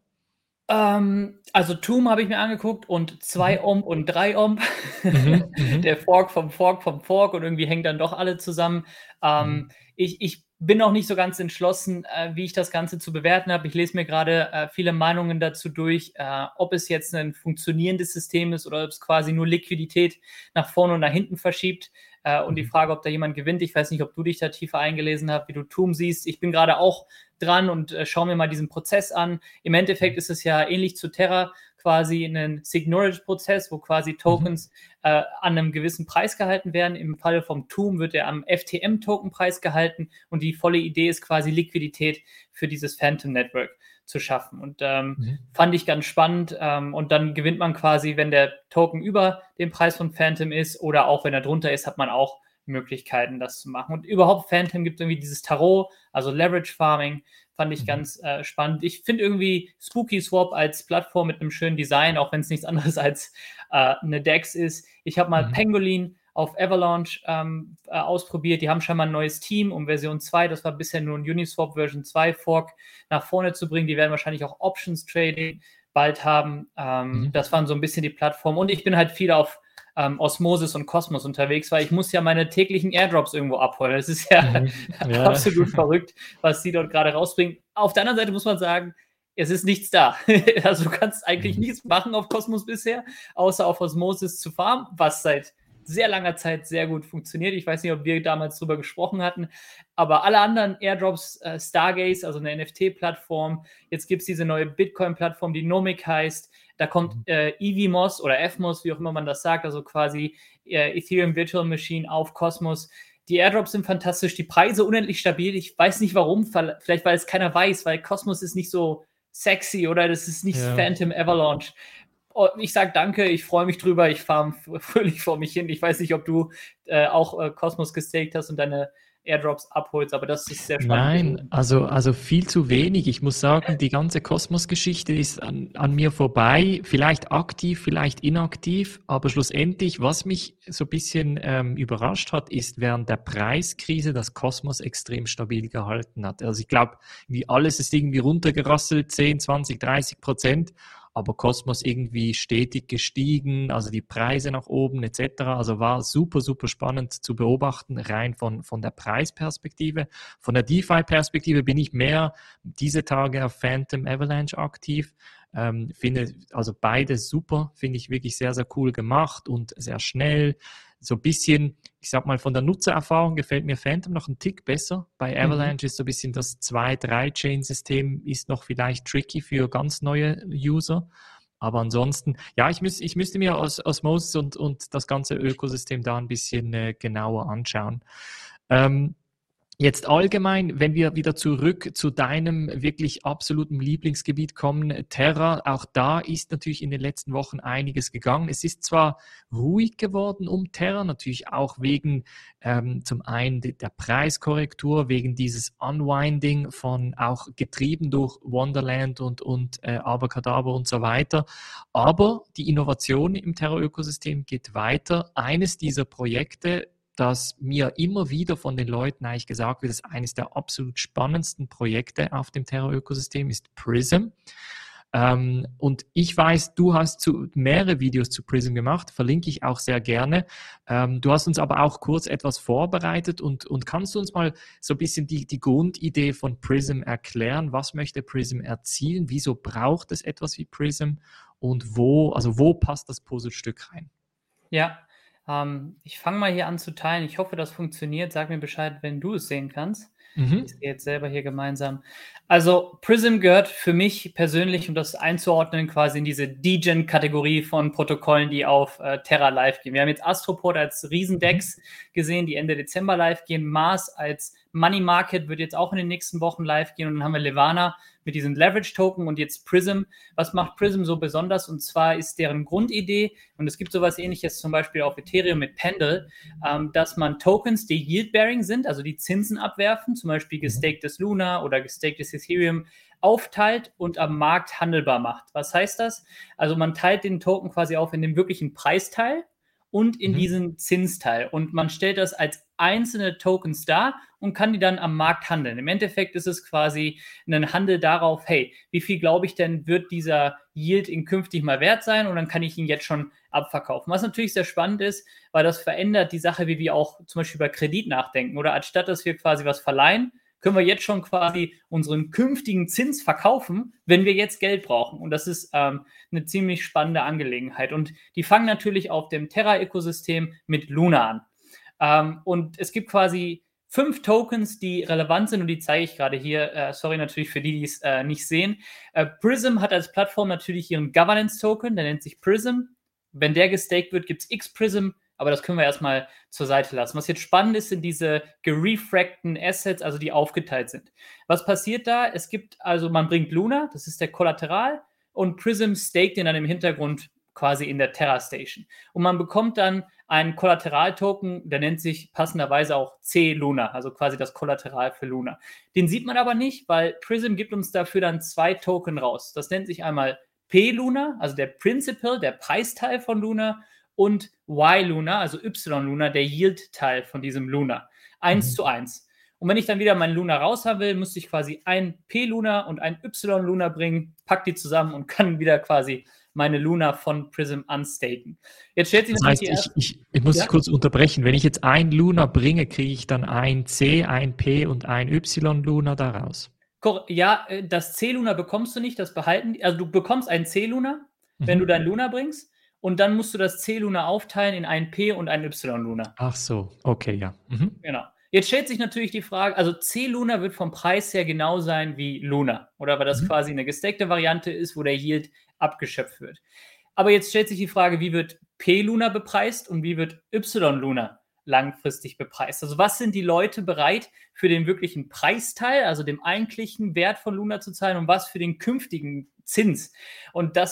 [SPEAKER 2] Ähm, also Tomb habe ich mir angeguckt und zwei
[SPEAKER 1] Mhm.
[SPEAKER 2] Omb und drei Omb.
[SPEAKER 1] Mhm, mhm,
[SPEAKER 2] Der Fork vom Fork vom Fork, und irgendwie hängen dann doch alle zusammen. Ähm,
[SPEAKER 1] mhm,
[SPEAKER 2] ich, ich bin noch nicht so ganz entschlossen, äh, wie ich das Ganze zu bewerten habe. Ich lese mir gerade äh, viele Meinungen dazu durch, äh, ob es jetzt ein funktionierendes System ist oder ob es quasi nur Liquidität nach vorne und nach hinten verschiebt. Äh, und die
[SPEAKER 1] mhm,
[SPEAKER 2] Frage, ob da jemand gewinnt. Ich weiß nicht, ob du dich da tiefer eingelesen hast, wie du Tomb siehst. Ich bin gerade auch dran und äh, schaue mir mal diesen Prozess an. Im Endeffekt ist es ja ähnlich zu Terra, quasi ein Signorage-Prozess, wo quasi
[SPEAKER 1] mhm,
[SPEAKER 2] Tokens äh, an einem gewissen Preis gehalten werden. Im Falle vom Tomb wird er am F T M-Token-Preis gehalten, und die volle Idee ist quasi Liquidität für dieses Phantom Network zu schaffen. Und ähm,
[SPEAKER 1] mhm,
[SPEAKER 2] fand ich ganz spannend. Ähm, und dann gewinnt man quasi, wenn der Token über dem Preis von Phantom ist, oder auch wenn er drunter ist, hat man auch Möglichkeiten, das zu machen. Und überhaupt Phantom gibt irgendwie dieses Tarot, also Leverage Farming, fand ich
[SPEAKER 1] mhm,
[SPEAKER 2] ganz äh, spannend. Ich finde irgendwie Spooky Swap als Plattform mit einem schönen Design, auch wenn es nichts anderes als äh, eine DEX ist. Ich habe mal
[SPEAKER 1] mhm,
[SPEAKER 2] Pangolin auf Avalanche ähm, äh, ausprobiert. Die haben scheinbar ein neues Team um Version zwei. Das war bisher nur ein Uniswap Version zwei Fork nach vorne zu bringen. Die werden wahrscheinlich auch Options Trading bald haben. Ähm,
[SPEAKER 1] mhm.
[SPEAKER 2] das waren so ein bisschen die Plattformen. Und ich bin halt viel auf ähm, Osmosis und Cosmos unterwegs, weil ich muss ja meine täglichen Airdrops irgendwo abholen. Das ist ja
[SPEAKER 1] Mhm. Ja.
[SPEAKER 2] absolut verrückt, was die dort gerade rausbringen. Auf der anderen Seite muss man sagen, es ist nichts da. Also du kannst eigentlich
[SPEAKER 1] Mhm.
[SPEAKER 2] nichts machen auf Cosmos bisher, außer auf Osmosis zu farmen, was seit sehr langer Zeit sehr gut funktioniert. Ich weiß nicht, ob wir damals drüber gesprochen hatten, aber alle anderen Airdrops, äh, Stargaze, also eine N F T-Plattform, jetzt gibt es diese neue Bitcoin-Plattform, die Nomic heißt, da kommt
[SPEAKER 1] Mhm.
[SPEAKER 2] äh, E V M O S oder F M O S, wie auch immer man das sagt, also quasi äh, Ethereum Virtual Machine auf Cosmos. Die Airdrops sind fantastisch, die Preise unendlich stabil. Ich weiß nicht warum, vielleicht weil es keiner weiß, weil Cosmos ist nicht so sexy, oder das ist nicht
[SPEAKER 1] Ja.
[SPEAKER 2] Phantom Avalanche. Oh, ich sage danke, ich freue mich drüber, ich fahre fröhlich vor mich hin. Ich weiß nicht, ob du äh, auch äh, Cosmos gestaked hast und deine Airdrops abholst, aber das ist sehr spannend.
[SPEAKER 1] Nein, also, also viel zu wenig. Ich muss sagen, die ganze Kosmos-Geschichte ist an, an mir vorbei. Vielleicht aktiv, vielleicht inaktiv, aber schlussendlich, was mich so ein bisschen ähm, überrascht hat, ist während der Preiskrise, dass Kosmos extrem stabil gehalten hat. Also ich glaube, wie alles ist irgendwie runtergerasselt, zehn, zwanzig, dreißig Prozent. Aber Kosmos irgendwie stetig gestiegen, also die Preise nach oben et cetera. Also war super, super spannend zu beobachten, rein von, von der Preisperspektive. Von der DeFi-Perspektive bin ich mehr diese Tage auf Phantom Avalanche aktiv. Ähm, finde also beides super, finde ich wirklich sehr, sehr cool gemacht und sehr schnell. So ein bisschen, ich sag mal, von der Nutzererfahrung gefällt mir Phantom noch ein Tick besser. Bei Avalanche mhm. ist so ein bisschen das zwei drei Chain System ist noch vielleicht tricky für ganz neue User. Aber ansonsten, ja, ich, müß, ich müsste mir Os- Osmosis und, und das ganze Ökosystem da ein bisschen äh, genauer anschauen. Ähm, Jetzt allgemein, wenn wir wieder zurück zu deinem wirklich absoluten Lieblingsgebiet kommen, Terra, auch da ist natürlich in den letzten Wochen einiges gegangen. Es ist zwar ruhig geworden um Terra, natürlich auch wegen ähm, zum einen der Preiskorrektur, wegen dieses Unwinding von auch getrieben durch Wonderland und, und äh, Abracadabra und so weiter. Aber die Innovation im Terra-Ökosystem geht weiter. Eines dieser Projekte, dass mir immer wieder von den Leuten eigentlich gesagt wird, dass eines der absolut spannendsten Projekte auf dem Terra-Ökosystem ist Prism. Ähm, und ich weiß, du hast zu, mehrere Videos zu Prism gemacht, verlinke ich auch sehr gerne. Ähm, du hast uns aber auch kurz etwas vorbereitet und, und kannst du uns mal so ein bisschen die, die Grundidee von Prism erklären? Was möchte Prism erzielen? Wieso braucht es etwas wie Prism? Und wo, also wo passt das Puzzlestück rein?
[SPEAKER 2] Ja, ähm, ich fange mal hier an zu teilen. Ich hoffe, das funktioniert. Sag mir Bescheid, wenn du es sehen kannst.
[SPEAKER 1] Mhm.
[SPEAKER 2] Ich sehe jetzt selber hier gemeinsam. Also Prism gehört für mich persönlich, um das einzuordnen, quasi in diese Degen-Kategorie von Protokollen, die auf äh, Terra live gehen. Wir haben jetzt Astroport als Riesendex gesehen, die Ende Dezember live gehen. Mars als Money Market wird jetzt auch in den nächsten Wochen live gehen. Und dann haben wir Levana mit diesen Leverage-Token und jetzt Prism. Was macht Prism so besonders? Und zwar ist deren Grundidee, und es gibt sowas ähnliches zum Beispiel auf Ethereum mit Pendle, ähm, dass man Tokens, die yield-bearing sind, also die Zinsen abwerfen, zum Beispiel gestakedes Luna oder gestakedes Ethereum, aufteilt und am Markt handelbar macht. Was heißt das? Also man teilt den Token quasi auf in den wirklichen Preisteil und in mhm. diesen Zinsteil. Und man stellt das als einzelne Tokens dar und kann die dann am Markt handeln. Im Endeffekt ist es quasi ein Handel darauf, hey, wie viel glaube ich denn, wird dieser Yield in künftig mal wert sein? Und dann kann ich ihn jetzt schon abverkaufen. Was natürlich sehr spannend ist, weil das verändert die Sache, wie wir auch zum Beispiel über Kredit nachdenken. Oder anstatt, dass wir quasi was verleihen, können wir jetzt schon quasi unseren künftigen Zins verkaufen, wenn wir jetzt Geld brauchen. Und das ist ähm, eine ziemlich spannende Angelegenheit. Und die fangen natürlich auf dem Terra-Ökosystem mit Luna an. Ähm, und es gibt quasi fünf Tokens, die relevant sind und die zeige ich gerade hier. Äh, sorry natürlich für die, die es äh, nicht sehen. Äh, Prism hat als Plattform natürlich ihren Governance-Token, der nennt sich Prism. Wenn der gestaked wird, gibt es X-Prism, aber das können wir erstmal zur Seite lassen. Was jetzt spannend ist, sind diese gerefracten Assets, also die aufgeteilt sind. Was passiert da? Es gibt, also man bringt Luna, das ist der Kollateral, und Prism staked den dann im Hintergrund quasi in der Terra Station. Und man bekommt dann einen Kollateral-Token, der nennt sich passenderweise auch C-Luna, also quasi das Kollateral für Luna. Den sieht man aber nicht, weil Prism gibt uns dafür dann zwei Token raus. Das nennt sich einmal P-Luna, also der Principal, der Preisteil von Luna, und Y-Luna, also Y-Luna, der Yield-Teil von diesem Luna. Eins mhm. zu eins. Und wenn ich dann wieder meinen Luna raus haben will, müsste ich quasi ein P-Luna und ein Y-Luna bringen, pack die zusammen und kann wieder quasi meine Luna von Prism unstaken. Jetzt stellt sich
[SPEAKER 1] das heißt, ich, ich, ich muss ja? dich kurz unterbrechen. Wenn ich jetzt ein Luna bringe, kriege ich dann ein C, ein P und ein Y-Luna daraus?
[SPEAKER 2] Ja, das C-Luna bekommst du nicht, das behalten die. Also du bekommst ein C-Luna, mhm. wenn du dein Luna bringst. Und dann musst du das C-Luna aufteilen in ein P und ein Y-Luna.
[SPEAKER 1] Ach so, okay, ja. Mhm.
[SPEAKER 2] Genau. Jetzt stellt sich natürlich die Frage, also C-Luna wird vom Preis her genau sein wie Luna. Oder weil das mhm. quasi eine gestackte Variante ist, wo der Yield abgeschöpft wird. Aber jetzt stellt sich die Frage, wie wird P-Luna bepreist und wie wird Y-Luna langfristig bepreist? Also was sind die Leute bereit für den wirklichen Preisteil, also dem eigentlichen Wert von Luna zu zahlen und was für den künftigen Zins? Und das ist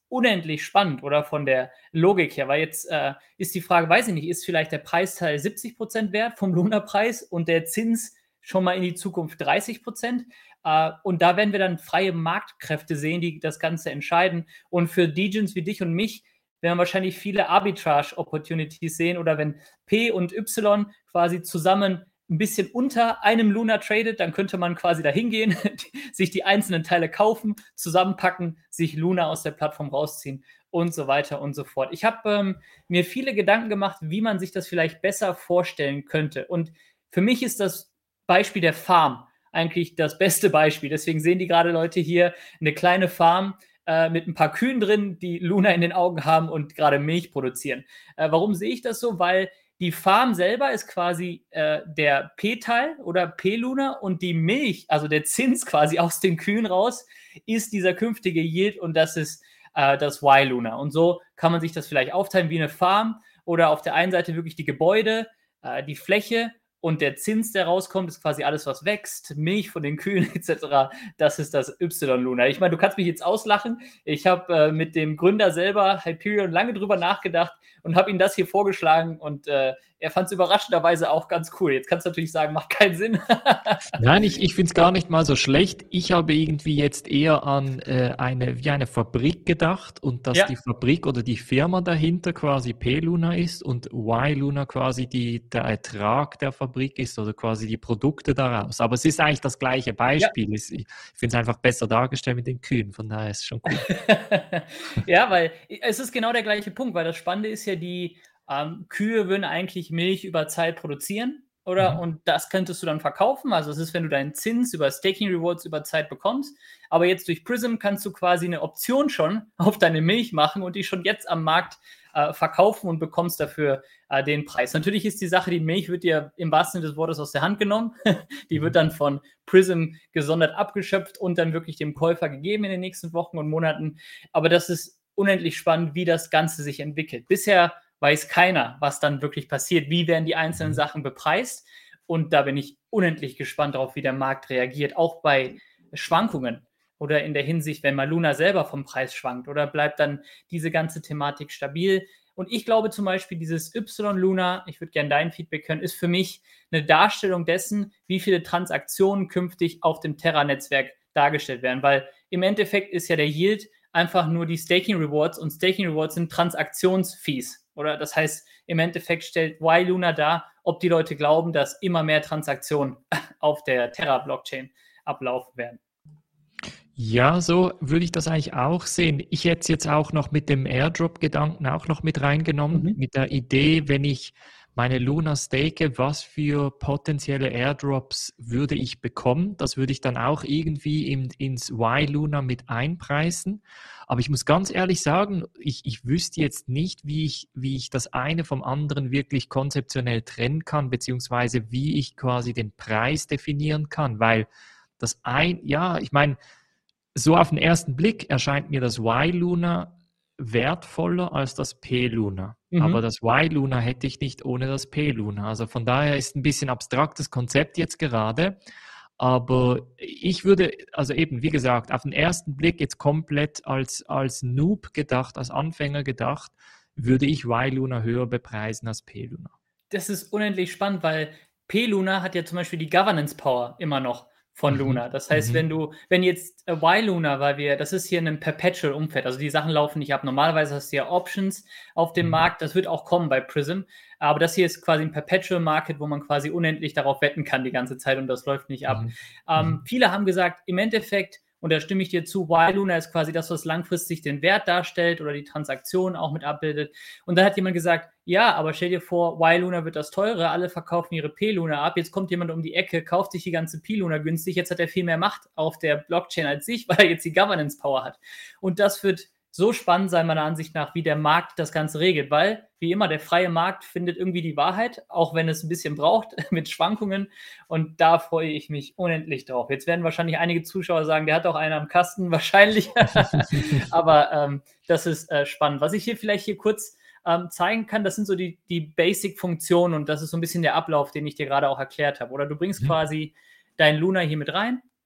[SPEAKER 2] unendlich spannend oder von der Logik her, weil jetzt äh, ist die Frage, weiß ich nicht, ist vielleicht der Preisteil siebzig Prozent wert vom Luna-Preis und der Zins schon mal in die Zukunft dreißig Prozent? Äh, und da werden wir dann freie Marktkräfte sehen, die das Ganze entscheiden. Und für Degens wie dich und mich werden wir wahrscheinlich viele Arbitrage-Opportunities sehen oder wenn P und Y quasi zusammen ein bisschen unter einem Luna tradet, dann könnte man quasi da hingehen, sich die einzelnen Teile kaufen, zusammenpacken, sich Luna aus der Plattform rausziehen und so weiter und so fort. Ich habe ähm, mir viele Gedanken gemacht, wie man sich das vielleicht besser vorstellen könnte. Und für mich ist das Beispiel der Farm eigentlich das beste Beispiel. Deswegen sehen die gerade Leute hier eine kleine Farm äh, mit ein paar Kühen drin, die Luna in den Augen haben und gerade Milch produzieren. Äh, warum sehe ich das so? Weil die Farm selber ist quasi äh, der P-Teil oder P-Luna und die Milch, also der Zins quasi aus den Kühen raus, ist dieser künftige Yield und das ist äh, das Y-Luna. Und so kann man sich das vielleicht aufteilen wie eine Farm oder auf der einen Seite wirklich die Gebäude, äh, die Fläche und der Zins, der rauskommt, ist quasi alles, was wächst, Milch von den Kühen et cetera. Das ist das Y-Luna. Ich meine, du kannst mich jetzt auslachen. Ich habe äh, mit dem Gründer selber, Hyperion, lange drüber nachgedacht und habe ihm das hier vorgeschlagen und äh, er fand es überraschenderweise auch ganz cool. Jetzt kannst du natürlich sagen, macht keinen Sinn.
[SPEAKER 1] Nein, ich, ich finde es gar nicht mal so schlecht. Ich habe irgendwie jetzt eher an äh, eine, wie eine Fabrik gedacht und dass
[SPEAKER 2] Ja.
[SPEAKER 1] die Fabrik oder die Firma dahinter quasi P-Luna ist und Y-Luna quasi die, der Ertrag der Fabrik ist oder quasi die Produkte daraus. Aber es ist eigentlich das gleiche Beispiel. Es- Ich finde es einfach besser dargestellt mit den Kühen, von daher ist es schon cool.
[SPEAKER 2] Ja, weil es ist genau der gleiche Punkt, weil das Spannende ist ja, die ähm, Kühe würden eigentlich Milch über Zeit produzieren, oder?
[SPEAKER 1] Mhm.
[SPEAKER 2] Und das könntest du dann verkaufen. Also es ist, wenn du deinen Zins über Staking Rewards über Zeit bekommst. Aber jetzt durch Prism kannst du quasi eine Option schon auf deine Milch machen und die schon jetzt am Markt äh, verkaufen und bekommst dafür äh, den Preis. Natürlich ist die Sache, die Milch wird dir im wahrsten Sinne des Wortes aus der Hand genommen. Die wird dann von Prism gesondert abgeschöpft und dann wirklich dem Käufer gegeben in den nächsten Wochen und Monaten. Aber das ist unendlich spannend, wie das Ganze sich entwickelt. Bisher weiß keiner, was dann wirklich passiert. Wie werden die einzelnen
[SPEAKER 1] Mhm.
[SPEAKER 2] Sachen bepreist? Und da bin ich unendlich gespannt darauf, wie der Markt reagiert. Auch bei Schwankungen oder in der Hinsicht, wenn mal Luna selber vom Preis schwankt oder bleibt dann diese ganze Thematik stabil. Und ich glaube zum Beispiel, dieses Y-Luna, ich würde gerne dein Feedback hören, ist für mich eine Darstellung dessen, wie viele Transaktionen künftig auf dem Terra-Netzwerk dargestellt werden. Weil im Endeffekt ist ja der Yield einfach nur die Staking Rewards und Staking Rewards sind Transaktionsfees. Oder das heißt, im Endeffekt stellt Y-Luna dar, ob die Leute glauben, dass immer mehr Transaktionen auf der Terra-Blockchain ablaufen werden.
[SPEAKER 1] Ja, so würde ich das eigentlich auch sehen. Ich hätte es jetzt auch noch mit dem Airdrop-Gedanken auch noch mit reingenommen,
[SPEAKER 2] Mhm.
[SPEAKER 1] mit der Idee, wenn ich meine Luna stake, was für potenzielle Airdrops würde ich bekommen? Das würde ich dann auch irgendwie in, ins Y-Luna mit einpreisen. Aber ich muss ganz ehrlich sagen, ich, ich wüsste jetzt nicht, wie ich, wie ich das eine vom anderen wirklich konzeptionell trennen kann, beziehungsweise wie ich quasi den Preis definieren kann, weil das ein, ja, ich meine, so auf den ersten Blick erscheint mir das Y-Luna wertvoller als das P-Luna.
[SPEAKER 2] Mhm.
[SPEAKER 1] Aber das Y-Luna hätte ich nicht ohne das P-Luna. Also von daher ist ein bisschen abstraktes Konzept jetzt gerade. Aber ich würde, also eben, wie gesagt, auf den ersten Blick jetzt komplett als, als Noob gedacht, als Anfänger gedacht, würde ich Y-Luna höher bepreisen als P-Luna.
[SPEAKER 2] Das ist unendlich spannend, weil P-Luna hat ja zum Beispiel die Governance Power immer noch von
[SPEAKER 1] Mhm.
[SPEAKER 2] Luna. Das heißt,
[SPEAKER 1] Mhm.
[SPEAKER 2] wenn du, wenn jetzt äh, Y-Luna, weil wir, das ist hier in einem Perpetual-Umfeld, also die Sachen laufen nicht ab. Normalerweise hast du ja Options auf dem
[SPEAKER 1] Mhm.
[SPEAKER 2] Markt, das wird auch kommen bei Prism. Aber das hier ist quasi ein Perpetual-Market, wo man quasi unendlich darauf wetten kann die ganze Zeit und das läuft nicht ab.
[SPEAKER 1] Mhm.
[SPEAKER 2] Ähm,
[SPEAKER 1] Mhm.
[SPEAKER 2] viele haben gesagt, im Endeffekt, und da stimme ich dir zu, Y-Luna ist quasi das, was langfristig den Wert darstellt oder die Transaktion auch mit abbildet. Und dann hat jemand gesagt, ja, aber stell dir vor, Y-Luna wird das teure, alle verkaufen ihre P-Luna ab, jetzt kommt jemand um die Ecke, kauft sich die ganze P-Luna günstig, jetzt hat er viel mehr Macht auf der Blockchain als ich, weil er jetzt die Governance-Power hat. Und das wird so spannend sein, meiner Ansicht nach, wie der Markt das Ganze regelt, weil, wie immer, der freie Markt findet irgendwie die Wahrheit, auch wenn es ein bisschen braucht mit Schwankungen und da freue ich mich unendlich drauf. Jetzt werden wahrscheinlich einige Zuschauer sagen, der hat auch einen am Kasten, wahrscheinlich, aber ähm, das ist äh, spannend. Was ich hier vielleicht hier kurz ähm, zeigen kann, das sind so die, die Basic-Funktionen und das ist so ein bisschen der Ablauf, den ich dir gerade auch erklärt habe. Oder du bringst
[SPEAKER 1] Mhm.
[SPEAKER 2] quasi dein Luna hier mit rein,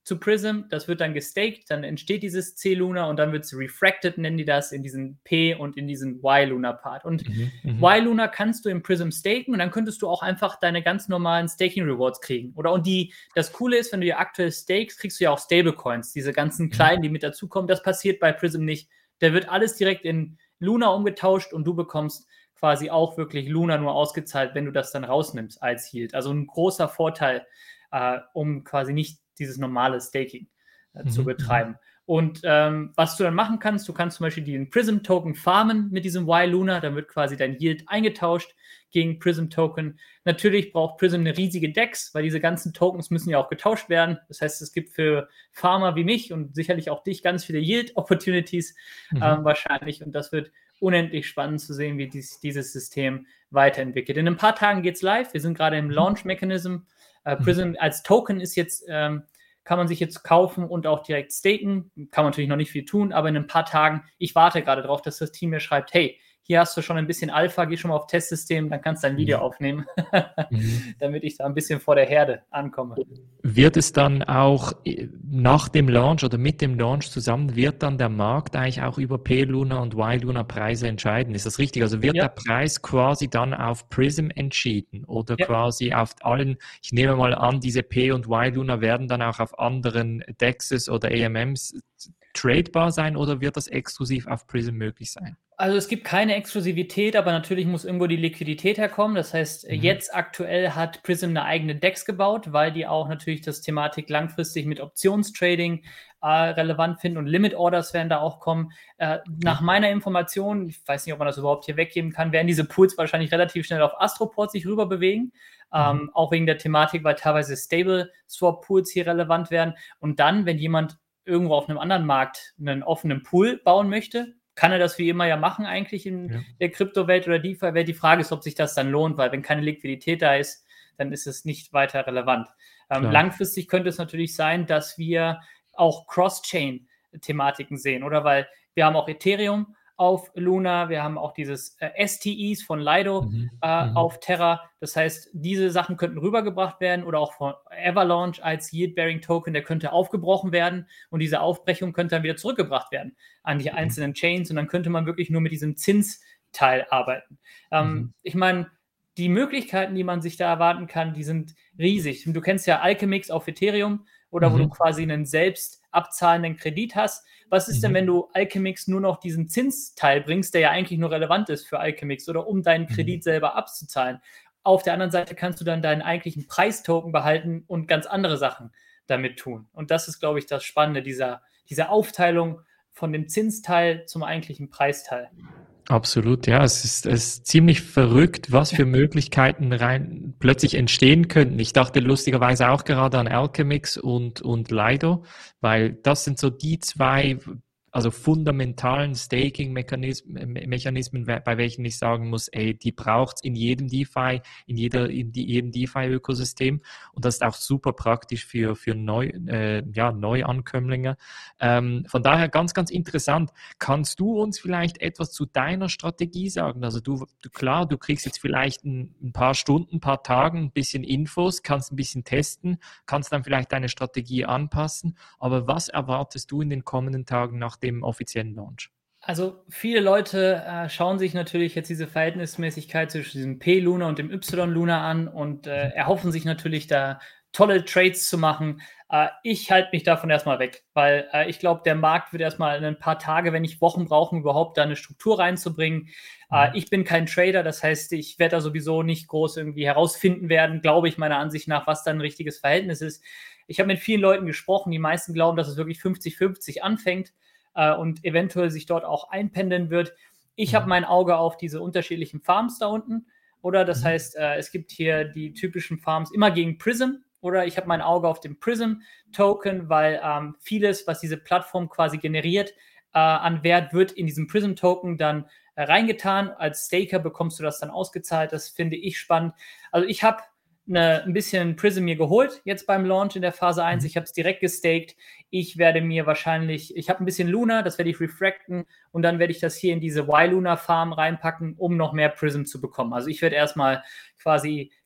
[SPEAKER 2] zu Prism, das wird dann gestaked, dann entsteht dieses C-Luna und dann wird es refracted, nennen die das, in diesen P- und in diesen Y-Luna-Part. Und mhm, Y-Luna kannst du im Prism staken und dann könntest du auch einfach deine ganz normalen Staking-Rewards kriegen. Oder und die, das Coole ist, wenn du ja aktuell stakest, kriegst du ja auch Stablecoins, diese ganzen kleinen, die mit dazukommen. Das passiert bei Prism nicht. Da wird alles direkt in Luna umgetauscht und du bekommst quasi auch wirklich Luna nur ausgezahlt, wenn du das dann rausnimmst als Yield. Also ein großer Vorteil, äh, um quasi nicht dieses normale Staking äh, mhm, zu betreiben. Und ähm, was du dann machen kannst, du kannst zum Beispiel den Prism-Token farmen mit diesem Y-Luna, dann wird quasi dein Yield eingetauscht gegen Prism-Token. Natürlich braucht Prism eine riesige Dex, weil diese ganzen Tokens müssen ja auch getauscht werden. Das heißt, es gibt für Farmer wie mich und sicherlich auch dich ganz viele Yield-Opportunities mhm. ähm, wahrscheinlich. Und das wird unendlich spannend zu sehen, wie dies, dieses System weiterentwickelt. In ein paar Tagen geht es live. Wir sind gerade im Launch-Mechanism. Uh, Prism mhm. als Token ist jetzt, ähm, kann man sich jetzt kaufen und auch direkt staken. Kann man natürlich noch nicht viel tun, aber in ein paar Tagen, ich warte gerade darauf, dass das Team mir schreibt, hey, hier hast du schon ein bisschen Alpha, geh schon mal auf Testsystem, dann kannst du ein Video mhm. aufnehmen, mhm. damit ich da ein bisschen vor der Herde ankomme.
[SPEAKER 1] Wird es dann auch nach dem Launch oder mit dem Launch zusammen, wird dann der Markt eigentlich auch über P-Luna und Y-Luna Preise entscheiden? Ist das richtig? Also wird ja. der Preis quasi dann auf Prism entschieden oder ja. quasi auf allen, ich nehme mal an, diese P- und Y-Luna werden dann auch auf anderen Dexes oder A M Ms tradebar sein oder wird das exklusiv auf Prism möglich sein?
[SPEAKER 2] Also es gibt keine Exklusivität, aber natürlich muss irgendwo die Liquidität herkommen. Das heißt, mhm. jetzt aktuell hat Prism eine eigene Dex gebaut, weil die auch natürlich das Thematik langfristig mit Optionstrading äh, relevant finden und Limit Orders werden da auch kommen. Äh, nach meiner Information, ich weiß nicht, ob man das überhaupt hier weggeben kann, werden diese Pools wahrscheinlich relativ schnell auf Astroport sich rüber bewegen. Mhm. Ähm, auch wegen der Thematik, weil teilweise Stable Swap Pools hier relevant werden. Und dann, wenn jemand irgendwo auf einem anderen Markt einen offenen Pool bauen möchte, kann er das wie immer ja machen eigentlich in ja. der Kryptowelt oder DeFi-Welt. Die Frage ist, ob sich das dann lohnt, weil wenn keine Liquidität da ist, dann ist es nicht weiter relevant. Ähm, langfristig könnte es natürlich sein, dass wir auch Cross-Chain-Thematiken sehen, oder? Weil wir haben auch Ethereum auf Luna, wir haben auch dieses äh, S T Es von Lido mhm. Äh, mhm. auf Terra. Das heißt, diese Sachen könnten rübergebracht werden oder auch von Avalanche als Yield-Bearing-Token, der könnte aufgebrochen werden und diese Aufbrechung könnte dann wieder zurückgebracht werden an die mhm. einzelnen Chains und dann könnte man wirklich nur mit diesem Zinsteil arbeiten. Ähm, mhm. Ich meine, die Möglichkeiten, die man sich da erwarten kann, die sind riesig. Du kennst ja Alchemix auf Ethereum oder mhm. wo du quasi einen selbst abzahlenden Kredit hast. Was ist mhm. denn, wenn du Alchemix nur noch diesen Zinsteil bringst, der ja eigentlich nur relevant ist für Alchemix oder um deinen Kredit mhm. selber abzuzahlen? Auf der anderen Seite kannst du dann deinen eigentlichen Preistoken behalten und ganz andere Sachen damit tun. Und das ist, glaube ich, das Spannende dieser, dieser Aufteilung von dem Zinsteil zum eigentlichen Preisteil.
[SPEAKER 1] Absolut, ja, es ist, es ist ziemlich verrückt, was für Möglichkeiten rein plötzlich entstehen könnten. Ich dachte lustigerweise auch gerade an Alchemix und, und Lido, weil das sind so die zwei, also fundamentalen Staking-Mechanismen, Mechanismen, bei welchen ich sagen muss, ey, die braucht's in jedem DeFi, in jeder, in die, jedem DeFi-Ökosystem. Und das ist auch super praktisch für, für Neu, äh, ja, Neuankömmlinge. Ähm, von daher ganz, ganz interessant. Kannst du uns vielleicht etwas zu deiner Strategie sagen? Also du, du klar, du kriegst jetzt vielleicht ein, ein paar Stunden, ein paar Tagen, ein bisschen Infos, kannst ein bisschen testen, kannst dann vielleicht deine Strategie anpassen. Aber was erwartest du in den kommenden Tagen nach dem offiziellen Launch?
[SPEAKER 2] Also viele Leute äh, schauen sich natürlich jetzt diese Verhältnismäßigkeit zwischen diesem P-Luna und dem Y-Luna an und äh, erhoffen sich natürlich da tolle Trades zu machen. Äh, ich halte mich davon erstmal weg, weil äh, ich glaube, der Markt wird erstmal in ein paar Tage, wenn nicht Wochen brauchen, überhaupt da eine Struktur reinzubringen. Äh, ich bin kein Trader, das heißt, ich werde da sowieso nicht groß irgendwie herausfinden werden, glaube ich meiner Ansicht nach, was da ein richtiges Verhältnis ist. Ich habe mit vielen Leuten gesprochen, die meisten glauben, dass es wirklich fünfzig fünfzig anfängt äh, und eventuell sich dort auch einpendeln wird. Ich mhm. habe mein Auge auf diese unterschiedlichen Farms da unten, oder? Das mhm. heißt, äh, es gibt hier die typischen Farms immer gegen Prism, oder ich habe mein Auge auf dem Prism-Token, weil ähm, vieles, was diese Plattform quasi generiert, äh, an Wert wird in diesem Prism-Token dann äh, reingetan. Als Staker bekommst du das dann ausgezahlt. Das finde ich spannend. Also ich habe Eine, ein bisschen Prism mir geholt, jetzt beim Launch in der Phase eins. Ich habe es direkt gestaked. Ich werde mir wahrscheinlich, ich habe ein bisschen Luna, das werde ich refracten und dann werde ich das hier in diese Y-Luna-Farm reinpacken, um noch mehr Prism zu bekommen. Also ich werde erstmal quasi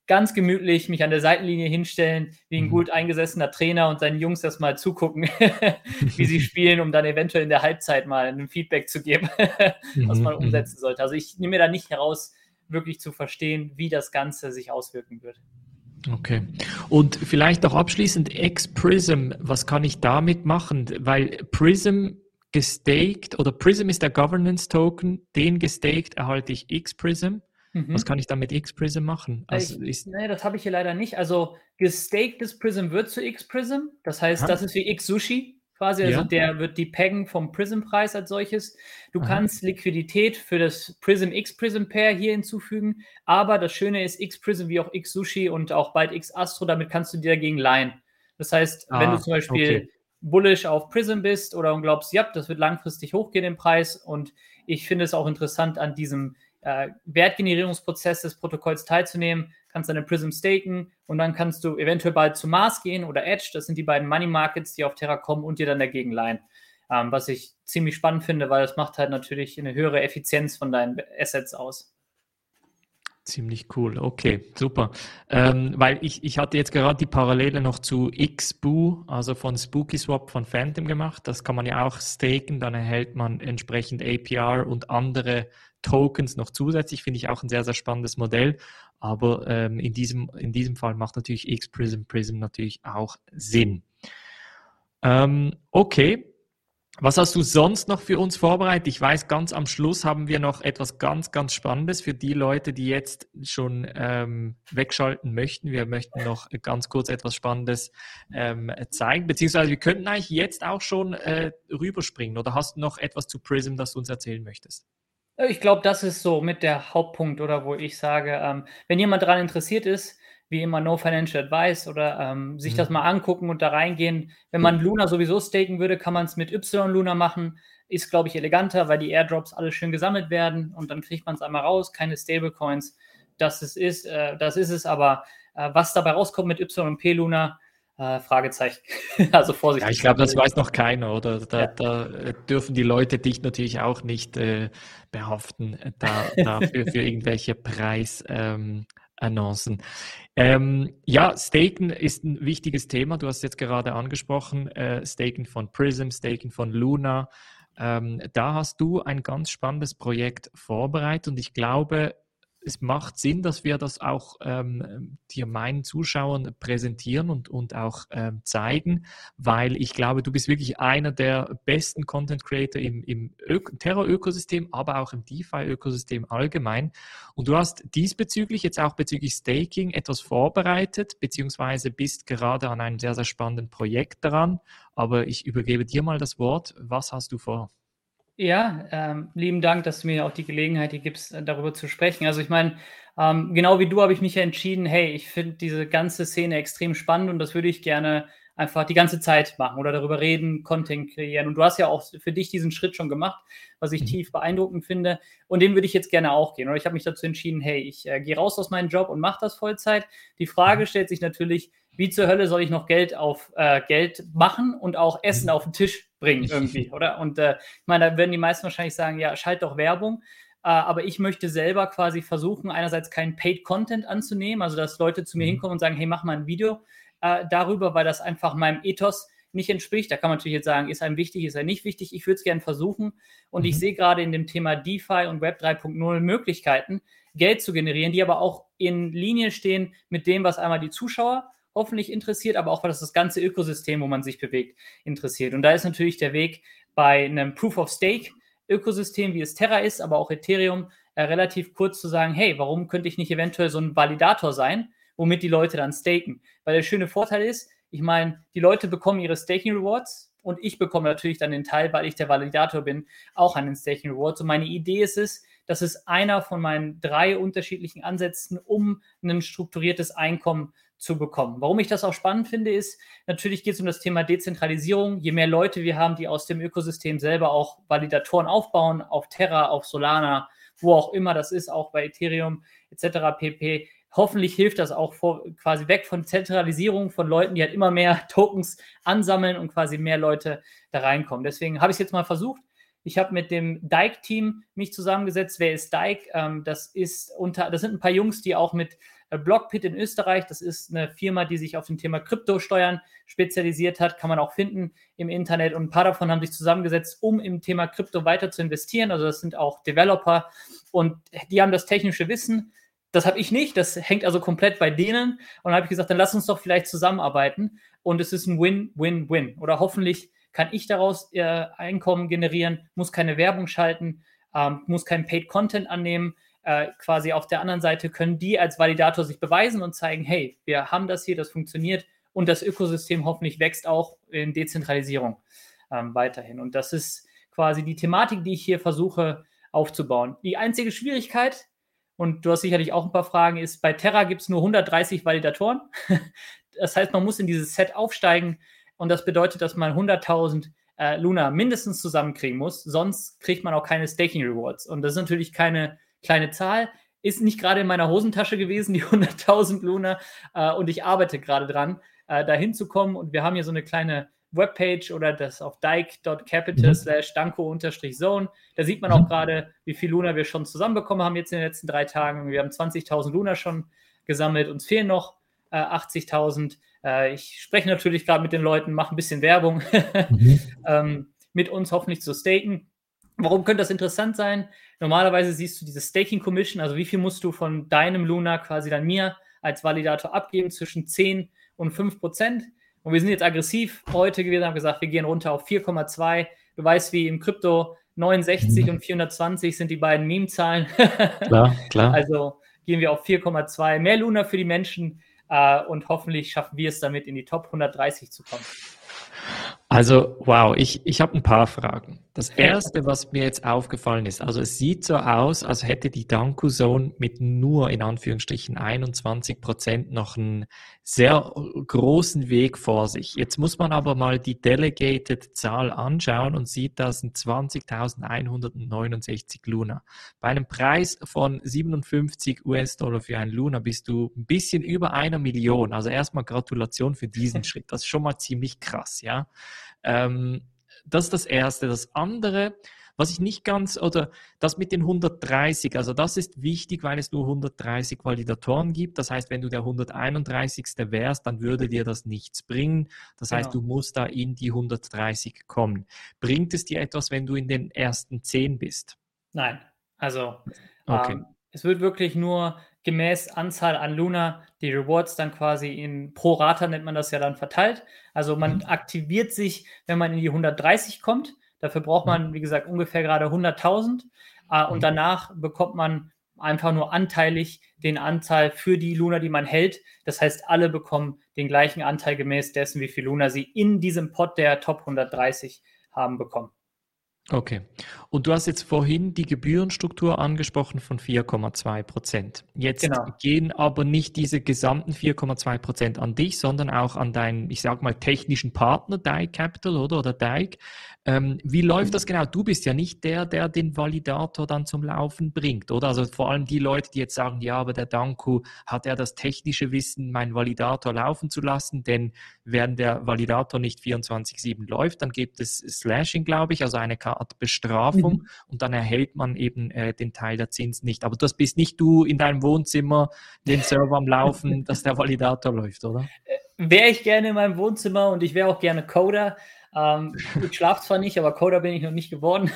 [SPEAKER 2] ganz gemütlich mich an der Seitenlinie hinstellen, wie ein
[SPEAKER 1] Mhm.
[SPEAKER 2] gut eingesessener Trainer und seinen Jungs das mal zugucken, wie sie spielen, um dann eventuell in der Halbzeit mal ein Feedback zu geben, was man
[SPEAKER 1] Mhm, mhm.
[SPEAKER 2] umsetzen sollte. Also ich nehme mir da nicht heraus, wirklich zu verstehen, wie das Ganze sich auswirken wird.
[SPEAKER 1] Okay. Und vielleicht auch abschließend X-Prism, was kann ich damit machen? Weil Prism gestaked oder Prism ist der Governance Token, den gestaked erhalte ich X-Prism. Was
[SPEAKER 2] Mhm.
[SPEAKER 1] kann ich dann mit X-Prism machen? Also
[SPEAKER 2] Ich,
[SPEAKER 1] ist,
[SPEAKER 2] nee, das habe ich hier leider nicht. Also gestakedes Prism wird zu X-Prism. Das heißt,
[SPEAKER 1] aha,
[SPEAKER 2] das ist wie X-Sushi quasi. Also
[SPEAKER 1] ja,
[SPEAKER 2] der wird die peggen vom Prism-Preis als solches. Du
[SPEAKER 1] aha,
[SPEAKER 2] kannst Liquidität für das Prism X-Prism-Pair hier hinzufügen. Aber das Schöne ist, X-Prism wie auch X-Sushi und auch bald X-Astro, damit kannst du dir dagegen leihen. Das heißt, wenn du
[SPEAKER 1] ah,
[SPEAKER 2] zum
[SPEAKER 1] okay,
[SPEAKER 2] Beispiel bullish auf Prism bist oder und glaubst, ja, das wird langfristig hochgehen im Preis, und ich finde es auch interessant, an diesem äh, Wertgenerierungsprozess des Protokolls teilzunehmen, kannst deine Prism staken und dann kannst du eventuell bald zu Mars gehen oder Edge. Das sind die beiden Money Markets, die auf Terra kommen und dir dann dagegen leihen. Ähm, was ich ziemlich spannend finde, weil das macht halt natürlich eine höhere Effizienz von deinen Assets aus.
[SPEAKER 1] ziemlich cool. Okay, super. Ähm, weil ich, ich hatte jetzt gerade die Parallele noch zu X B U, also von SpookySwap von Phantom gemacht. Das kann man ja auch staken, dann erhält man entsprechend A P R und andere Tokens noch zusätzlich. Finde ich auch ein sehr, sehr spannendes Modell. Aber ähm, in diesem, in diesem Fall macht natürlich X-Prism Prism natürlich auch Sinn. Ähm, okay. Was hast du sonst noch für uns vorbereitet? Ich weiß, ganz am Schluss haben wir noch etwas ganz, ganz Spannendes für die Leute, die jetzt schon ähm, wegschalten möchten. Wir möchten noch ganz kurz etwas Spannendes ähm, zeigen, beziehungsweise wir könnten eigentlich jetzt auch schon äh, rüberspringen. Oder hast du noch etwas zu Prism, das du uns erzählen möchtest?
[SPEAKER 2] Ich glaube, das ist so mit der Hauptpunkt, oder wo ich sage, ähm, wenn jemand daran interessiert ist, wie immer No Financial Advice, oder ähm, sich das
[SPEAKER 1] Mhm.
[SPEAKER 2] mal angucken und da reingehen. Wenn man Luna sowieso staken würde, kann man es mit Y-Luna machen. Ist, glaube ich, eleganter, weil die Airdrops alle schön gesammelt werden und dann kriegt man es einmal raus, keine Stablecoins. Das ist, ist, äh, das ist es, aber äh, was dabei rauskommt mit Y und P-Luna, äh, Fragezeichen. Also
[SPEAKER 1] Ja, ich
[SPEAKER 2] vorsichtig sein,
[SPEAKER 1] glaube, das
[SPEAKER 2] würde ich
[SPEAKER 1] weiß
[SPEAKER 2] sagen.
[SPEAKER 1] noch keiner, oder? Da,
[SPEAKER 2] Ja.
[SPEAKER 1] da äh, dürfen die Leute dich natürlich auch nicht äh, behaften, äh, da, da für, für irgendwelche Preis. Ähm, Annoncen. Ähm, ja, Staken ist ein wichtiges Thema. Du hast es jetzt gerade angesprochen. Äh, Staken von Prism, Staken von Luna. Ähm, da hast du ein ganz spannendes Projekt vorbereitet und ich glaube, es macht Sinn, dass wir das auch ähm, dir meinen Zuschauern präsentieren und, und auch ähm, zeigen, weil ich glaube, du bist wirklich einer der besten Content Creator im, im Terra-Ökosystem, aber auch im DeFi-Ökosystem allgemein. Und du hast diesbezüglich jetzt auch bezüglich Staking etwas vorbereitet, beziehungsweise bist gerade an einem sehr, sehr spannenden Projekt dran. Aber ich übergebe dir mal das Wort. Was hast du vor?
[SPEAKER 2] Ja, ähm, lieben Dank, dass du mir auch die Gelegenheit hier gibst, äh, darüber zu sprechen. Also ich meine, ähm, genau wie du habe ich mich ja entschieden, hey, ich finde diese ganze Szene extrem spannend und das würde ich gerne einfach die ganze Zeit machen oder darüber reden, Content kreieren. Und du hast ja auch für dich diesen Schritt schon gemacht, was ich
[SPEAKER 1] Mhm.
[SPEAKER 2] tief beeindruckend finde. Und den würde ich jetzt gerne auch gehen. Oder ich habe mich dazu entschieden, hey, ich äh, gehe raus aus meinem Job und mache das Vollzeit. Die Frage
[SPEAKER 1] Mhm.
[SPEAKER 2] stellt sich natürlich, wie zur Hölle soll ich noch Geld auf äh, Geld machen und auch Essen auf den Tisch bringen irgendwie, oder? Und äh, ich meine, da werden die meisten wahrscheinlich sagen, ja, schalt doch Werbung. Äh, aber ich möchte selber quasi versuchen, einerseits keinen Paid Content anzunehmen, also dass Leute zu mir
[SPEAKER 1] Mhm.
[SPEAKER 2] hinkommen und sagen, hey, mach mal ein Video äh, darüber, weil das einfach meinem Ethos nicht entspricht. Da kann man natürlich jetzt sagen, ist einem wichtig, ist einem nicht wichtig. Ich würde es gerne versuchen. Und ich
[SPEAKER 1] Mhm.
[SPEAKER 2] sehe gerade in dem Thema DeFi und Web drei Punkt null Möglichkeiten, Geld zu generieren, die aber auch in Linie stehen mit dem, was einmal die Zuschauer hoffentlich interessiert, aber auch was das ganze Ökosystem, wo man sich bewegt, interessiert. Und da ist natürlich der Weg bei einem Proof-of-Stake-Ökosystem, wie es Terra ist, aber auch Ethereum, äh, relativ kurz zu sagen, hey, warum könnte ich nicht eventuell so ein Validator sein, womit die Leute dann staken? Weil der schöne Vorteil ist, ich meine, die Leute bekommen ihre Staking Rewards und ich bekomme natürlich dann den Teil, weil ich der Validator bin, auch einen Staking Rewards. Und meine Idee ist es, das ist einer von meinen drei unterschiedlichen Ansätzen, um ein strukturiertes Einkommen zu bekommen. Warum ich das auch spannend finde, ist, natürlich geht es um das Thema Dezentralisierung. Je mehr Leute wir haben, die aus dem Ökosystem selber auch Validatoren aufbauen, auf Terra, auf Solana, wo auch immer das ist, auch bei Ethereum et cetera pp. Hoffentlich hilft das auch vor, quasi weg von Zentralisierung von Leuten, die halt immer mehr Tokens ansammeln und quasi mehr Leute da reinkommen. Deswegen habe ich es jetzt mal versucht. Ich habe mit dem Dike-Team mich zusammengesetzt. Wer ist Dike? Ähm, das ist unter, das sind ein paar Jungs, die auch mit Blockpit in Österreich, das ist eine Firma, die sich auf dem Thema Kryptosteuern spezialisiert hat, kann man auch finden im Internet. Und ein paar davon haben sich zusammengesetzt, um im Thema Krypto weiter zu investieren. Also das sind auch Developer und die haben das technische Wissen. Das habe ich nicht, das hängt also komplett bei denen. Und dann habe ich gesagt, dann lass uns doch vielleicht zusammenarbeiten. Und es ist ein Win-Win-Win. Oder hoffentlich kann ich daraus äh, Einkommen generieren, muss keine Werbung schalten, ähm, muss kein Paid-Content annehmen. Äh, quasi auf der anderen Seite können die als Validator sich beweisen und zeigen, hey, wir haben das hier, das funktioniert und das Ökosystem hoffentlich wächst auch in Dezentralisierung ähm, weiterhin. Und das ist quasi die Thematik, die ich hier versuche aufzubauen. Die einzige Schwierigkeit, und du hast sicherlich auch ein paar Fragen, ist, bei Terra gibt es nur hundertdreißig Validatoren. Das heißt, man muss in dieses Set aufsteigen und das bedeutet, dass man hunderttausend äh, Luna mindestens zusammenkriegen muss, sonst kriegt man auch keine Staking Rewards. Und das ist natürlich keine kleine Zahl, ist nicht gerade in meiner Hosentasche gewesen, die hunderttausend Luna, äh, und ich arbeite gerade dran, äh, da hinzukommen. Und wir haben hier so eine kleine Webpage oder das auf dike dot capital slash danko unterstrich zone. Da sieht man auch gerade, wie viel Luna wir schon zusammenbekommen haben jetzt in den letzten drei Tagen. Wir haben zwanzigtausend Luna schon gesammelt, uns fehlen noch äh, achtzigtausend. Äh, ich spreche natürlich gerade mit den Leuten, mache ein bisschen Werbung, mhm. ähm, mit uns hoffentlich zu staken. Warum könnte das interessant sein? Normalerweise siehst du diese Staking Commission, also wie viel musst du von deinem Luna quasi dann mir als Validator abgeben, zwischen zehn und fünf Prozent. Und wir sind jetzt aggressiv heute gewesen, haben gesagt, wir gehen runter auf vier Komma zwei. Du weißt, wie im Krypto neunundsechzig mhm. und vierhundertzwanzig sind die beiden Meme-Zahlen.
[SPEAKER 1] Klar, klar.
[SPEAKER 2] Also gehen wir auf vier Komma zwei. Mehr Luna für die Menschen äh, und hoffentlich schaffen wir es damit, in die Top hundertdreißig zu kommen.
[SPEAKER 1] Also, wow, ich, ich habe ein paar Fragen. Das erste, was mir jetzt aufgefallen ist, also es sieht so aus, als hätte die Danko Zone mit nur in Anführungsstrichen einundzwanzig Prozent noch einen sehr großen Weg vor sich. Jetzt muss man aber mal die Delegated-Zahl anschauen und sieht, da sind zwanzigtausendeinhundertneunundsechzig Luna. Bei einem Preis von siebenundfünfzig US-Dollar für ein Luna bist du ein bisschen über einer Million. Also erstmal Gratulation für diesen Schritt. Das ist schon mal ziemlich krass, ja. Ähm, das ist das Erste. Das andere, was ich nicht ganz, oder das mit den hundertdreißig, also das ist wichtig, weil es nur hundertdreißig Validatoren gibt. Das heißt, wenn du der hunderteinunddreißigste wärst, dann würde dir das nichts bringen. Das heißt, genau. Du musst da in die hundertdreißig kommen. Bringt es dir etwas, wenn du in den ersten zehn bist?
[SPEAKER 2] Nein, also
[SPEAKER 1] okay.
[SPEAKER 2] ähm, es wird wirklich nur gemäß Anzahl an Luna die Rewards dann quasi in pro Rata, nennt man das ja dann, verteilt. Also man mhm. aktiviert sich, wenn man in die hundertdreißig kommt. Dafür braucht man, wie gesagt, ungefähr gerade hunderttausend. Äh, mhm. Und danach bekommt man einfach nur anteilig den Anteil für die Luna, die man hält. Das heißt, alle bekommen den gleichen Anteil gemäß dessen, wie viel Luna sie in diesem Pot der Top hundertdreißig haben bekommen.
[SPEAKER 1] Okay. Und du hast jetzt vorhin die Gebührenstruktur angesprochen von vier Komma zwei Prozent. Jetzt genau. gehen aber nicht diese gesamten vier Komma zwei Prozent an dich, sondern auch an deinen, ich sag mal, technischen Partner, Dike Capital, oder, oder Dike. Ähm, wie läuft das genau? Du bist ja nicht der, der den Validator dann zum Laufen bringt, oder? Also vor allem die Leute, die jetzt sagen, ja, aber der Danko hat ja das technische Wissen, meinen Validator laufen zu lassen, denn während der Validator nicht vierundzwanzig sieben läuft, dann gibt es Slashing, glaube ich, also eine Art Bestrafung mhm. und dann erhält man eben äh, den Teil der Zinsen nicht. Aber das bist nicht du in deinem Wohnzimmer, den Server am Laufen, dass der Validator läuft, oder?
[SPEAKER 2] Wäre ich gerne in meinem Wohnzimmer und ich wäre auch gerne Coder. Ähm, ich schlafe zwar nicht, aber Coder bin ich noch nicht geworden.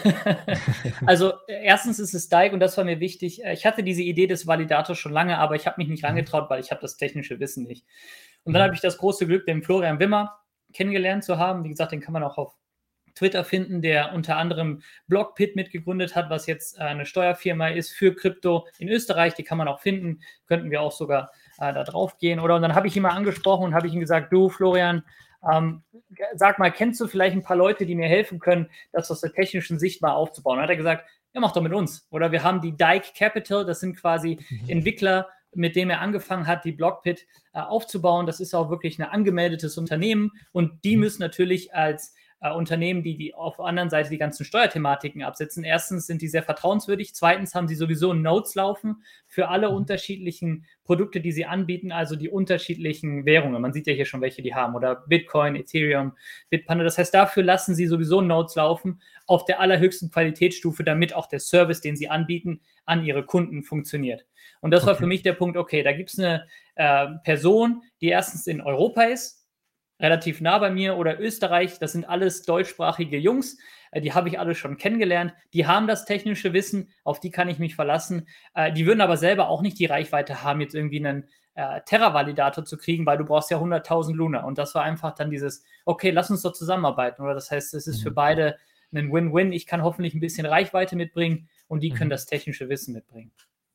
[SPEAKER 2] Also erstens ist es Dike und das war mir wichtig. Ich hatte diese Idee des Validators schon lange, aber ich habe mich nicht rangetraut, weil ich habe das technische Wissen nicht. Und dann habe ich das große Glück, den Florian Wimmer kennengelernt zu haben. Wie gesagt, den kann man auch auf Twitter finden, der unter anderem Blockpit mitgegründet hat, was jetzt eine Steuerfirma ist für Krypto in Österreich. Die kann man auch finden. Könnten wir auch sogar äh, da drauf gehen. Oder und dann habe ich ihn mal angesprochen und habe ich ihm gesagt, du Florian, ähm, sag mal, kennst du vielleicht ein paar Leute, die mir helfen können, das aus der technischen Sicht mal aufzubauen? Und dann hat er gesagt, ja, mach doch mit uns. Oder wir haben die Dike Capital, das sind quasi mhm. Entwickler, mit dem er angefangen hat, die Blockpit äh, aufzubauen. Das ist auch wirklich ein angemeldetes Unternehmen und die müssen natürlich als äh, Unternehmen, die, die auf der anderen Seite die ganzen Steuerthematiken absetzen. Erstens sind die sehr vertrauenswürdig. Zweitens haben sie sowieso Nodes laufen für alle mhm. unterschiedlichen Produkte, die sie anbieten, also die unterschiedlichen Währungen. Man sieht ja hier schon, welche die haben. Oder Bitcoin, Ethereum, Bitpanda. Das heißt, dafür lassen sie sowieso Nodes laufen auf der allerhöchsten Qualitätsstufe, damit auch der Service, den sie anbieten, an ihre Kunden funktioniert. Und das okay. war für mich der Punkt, okay, da gibt es eine äh, Person, die erstens in Europa ist, relativ nah bei mir, oder Österreich, das sind alles deutschsprachige Jungs, äh, die habe ich alle schon kennengelernt, die haben das technische Wissen, auf die kann ich mich verlassen, äh, die würden aber selber auch nicht die Reichweite haben, jetzt irgendwie einen äh, Terra-Validator zu kriegen, weil du brauchst ja hunderttausend Luna, und das war einfach dann dieses, okay, lass uns doch zusammenarbeiten, oder das heißt, es ist mhm. für beide ein Win-Win, ich kann hoffentlich ein bisschen Reichweite mitbringen und die können mhm. das technische Wissen mitbringen.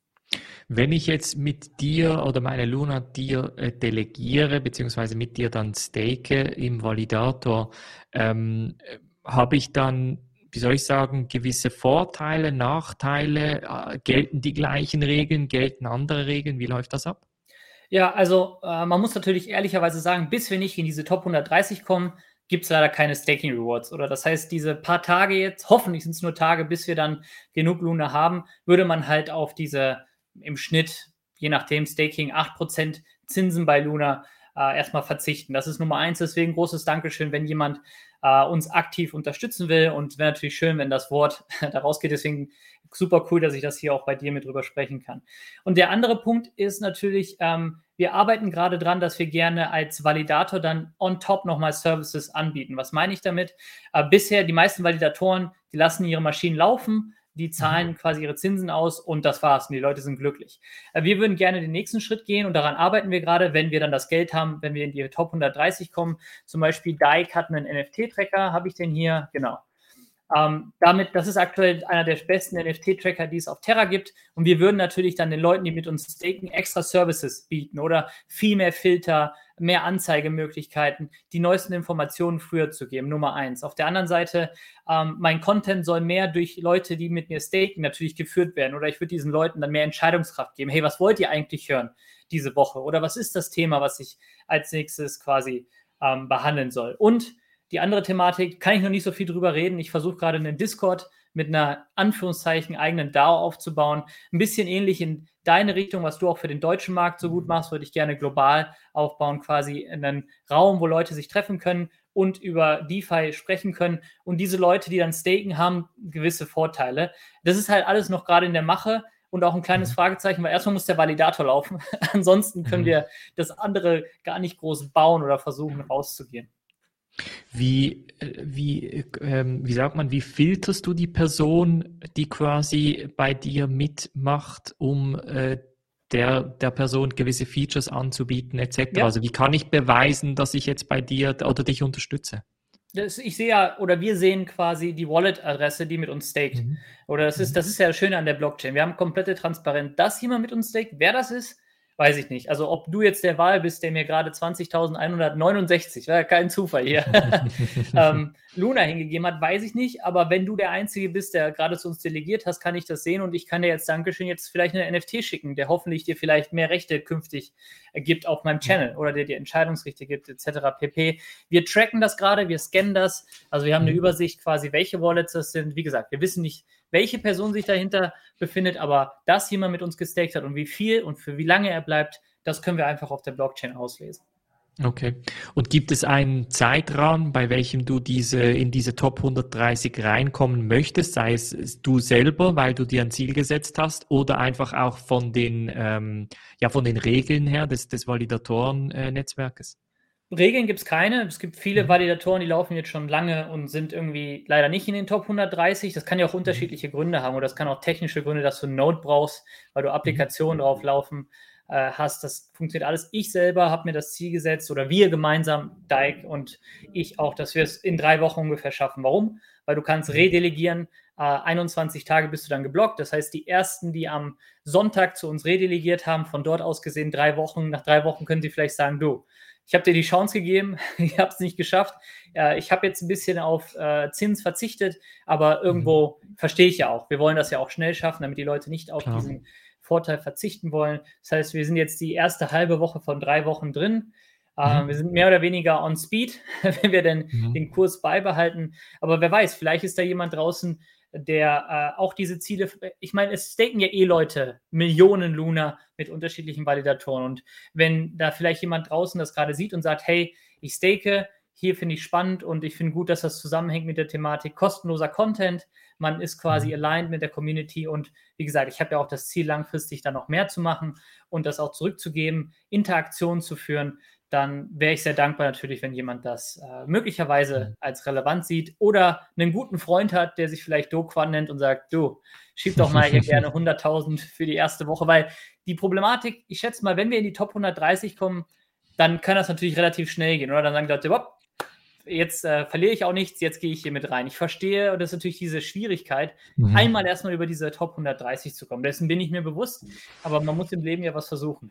[SPEAKER 1] Wenn ich jetzt mit dir oder meine Luna dir äh, delegiere, beziehungsweise mit dir dann stake im Validator, ähm, habe ich dann, wie soll ich sagen, gewisse Vorteile, Nachteile? Äh, gelten die gleichen Regeln, gelten andere Regeln? Wie läuft das ab?
[SPEAKER 2] Ja, also äh, man muss natürlich ehrlicherweise sagen, bis wir nicht in diese Top hundertdreißig kommen, gibt es leider keine Staking Rewards. Oder das heißt, diese paar Tage jetzt, hoffentlich sind es nur Tage, bis wir dann genug Luna haben, würde man halt auf diese im Schnitt, je nachdem, Staking, acht Prozent Zinsen bei Luna äh, erstmal verzichten. Das ist Nummer eins, deswegen großes Dankeschön, wenn jemand äh, uns aktiv unterstützen will, und wäre natürlich schön, wenn das Wort da rausgeht, deswegen super cool, dass ich das hier auch bei dir mit drüber sprechen kann. Und der andere Punkt ist natürlich, ähm, wir arbeiten gerade dran, dass wir gerne als Validator dann on top nochmal Services anbieten. Was meine ich damit? Äh, bisher, die meisten Validatoren, die lassen ihre Maschinen laufen, die zahlen quasi ihre Zinsen aus und das war's. Und die Leute sind glücklich. Wir würden gerne den nächsten Schritt gehen und daran arbeiten wir gerade, wenn wir dann das Geld haben, wenn wir in die Top hundertdreißig kommen. Zum Beispiel Dike hat einen N F T-Tracker, habe ich den hier? Genau. Ähm, damit, das ist aktuell einer der besten N F T-Tracker, die es auf Terra gibt. Und wir würden natürlich dann den Leuten, die mit uns staken, extra Services bieten oder viel mehr Filter, mehr Anzeigemöglichkeiten, die neuesten Informationen früher zu geben, Nummer eins. Auf der anderen Seite, ähm, mein Content soll mehr durch Leute, die mit mir staken, natürlich geführt werden. Oder ich würde diesen Leuten dann mehr Entscheidungskraft geben. Hey, was wollt ihr eigentlich hören diese Woche? Oder was ist das Thema, was ich als nächstes quasi ähm, behandeln soll? Und die andere Thematik, kann ich noch nicht so viel drüber reden. Ich versuche gerade einen Discord mit einer Anführungszeichen eigenen D A O aufzubauen. Ein bisschen ähnlich in deine Richtung, was du auch für den deutschen Markt so gut machst, würde ich gerne global aufbauen, quasi in einen Raum, wo Leute sich treffen können und über DeFi sprechen können. Und diese Leute, die dann staken, haben gewisse Vorteile. Das ist halt alles noch gerade in der Mache und auch ein kleines Fragezeichen, weil erstmal muss der Validator laufen. Ansonsten können wir das andere gar nicht groß bauen oder versuchen rauszugehen.
[SPEAKER 1] Wie, wie, ähm, wie sagt man, wie filterst du die Person, die quasi bei dir mitmacht, um äh, der, der Person gewisse Features anzubieten, et cetera? Ja. Also wie kann ich beweisen, dass ich jetzt bei dir oder dich unterstütze?
[SPEAKER 2] Das, ich sehe ja, oder wir sehen quasi die Wallet-Adresse, die mit uns staked. Mhm. Oder das ist, das ist ja das Schöne an der Blockchain. Wir haben komplette Transparenz, dass jemand mit uns staked. Wer das ist, weiß ich nicht. Also ob du jetzt der Wahl bist, der mir gerade zwanzigtausendeinhundertneunundsechzig, war ja kein Zufall hier, ähm, Luna hingegeben hat, weiß ich nicht. Aber wenn du der Einzige bist, der gerade zu uns delegiert hast, kann ich das sehen und ich kann dir jetzt Dankeschön jetzt vielleicht eine N F T schicken, der hoffentlich dir vielleicht mehr Rechte künftig gibt auf meinem Channel oder der dir Entscheidungsrechte gibt, et cetera pp. Wir tracken das gerade, wir scannen das. Also wir haben eine Übersicht quasi, welche Wallets das sind. Wie gesagt, wir wissen nicht, welche Person sich dahinter befindet, aber dass jemand mit uns gestaked hat und wie viel und für wie lange er bleibt, das können wir einfach auf der Blockchain auslesen.
[SPEAKER 1] Okay. Und gibt es einen Zeitrahmen, bei welchem du diese in diese Top hundertdreißig reinkommen möchtest, sei es du selber, weil du dir ein Ziel gesetzt hast, oder einfach auch von den ähm, ja von den Regeln her des, des Validatoren-Netzwerkes?
[SPEAKER 2] Regeln gibt es keine. Es gibt viele mhm. Validatoren, die laufen jetzt schon lange und sind irgendwie leider nicht in den Top hundertdreißig. Das kann ja auch unterschiedliche Gründe haben oder das kann auch technische Gründe, dass du einen Node brauchst, weil du Applikationen mhm. drauf laufen äh, hast. Das funktioniert alles. Ich selber habe mir das Ziel gesetzt oder wir gemeinsam, Dike und ich auch, dass wir es in drei Wochen ungefähr schaffen. Warum? Weil du kannst redelegieren. Äh, einundzwanzig Tage bist du dann geblockt. Das heißt, die ersten, die am Sonntag zu uns redelegiert haben, von dort aus gesehen drei Wochen, nach drei Wochen können sie vielleicht sagen, du, ich habe dir die Chance gegeben, ich habe es nicht geschafft. Äh, ich habe jetzt ein bisschen auf äh, Zins verzichtet, aber irgendwo mhm. verstehe ich ja auch. Wir wollen das ja auch schnell schaffen, damit die Leute nicht auf Klar. diesen Vorteil verzichten wollen. Das heißt, wir sind jetzt die erste halbe Woche von drei Wochen drin. Äh, wir
[SPEAKER 1] Mhm.
[SPEAKER 2] sind mehr oder weniger on speed, wenn wir denn
[SPEAKER 1] Mhm.
[SPEAKER 2] den Kurs beibehalten. Aber wer weiß, vielleicht ist da jemand draußen, der äh, auch diese Ziele, ich meine, es staken ja eh Leute, Millionen Luna mit unterschiedlichen Validatoren. Und wenn da vielleicht jemand draußen das gerade sieht und sagt, hey, ich stake, hier finde ich spannend und ich finde gut, dass das zusammenhängt mit der Thematik kostenloser Content. Man ist quasi
[SPEAKER 1] Mhm.
[SPEAKER 2] aligned mit der Community und wie gesagt, ich habe ja auch das Ziel, langfristig da noch mehr zu machen und das auch zurückzugeben, Interaktionen zu führen. Dann wäre ich sehr dankbar natürlich, wenn jemand das äh, möglicherweise
[SPEAKER 1] Mhm.
[SPEAKER 2] als relevant sieht oder einen guten Freund hat, der sich vielleicht Doquan nennt und sagt, du, schieb doch mal hier gerne hunderttausend für die erste Woche, weil die Problematik, ich schätze mal, wenn wir in die Top hundertdreißig kommen, dann kann das natürlich relativ schnell gehen, oder? Dann sagen die Leute, bopp, jetzt äh, verliere ich auch nichts, jetzt gehe ich hier mit rein. Ich verstehe, und das ist natürlich diese Schwierigkeit,
[SPEAKER 1] Mhm.
[SPEAKER 2] einmal erstmal über diese Top hundertdreißig zu kommen. Dessen bin ich mir bewusst, aber man muss im Leben ja was versuchen.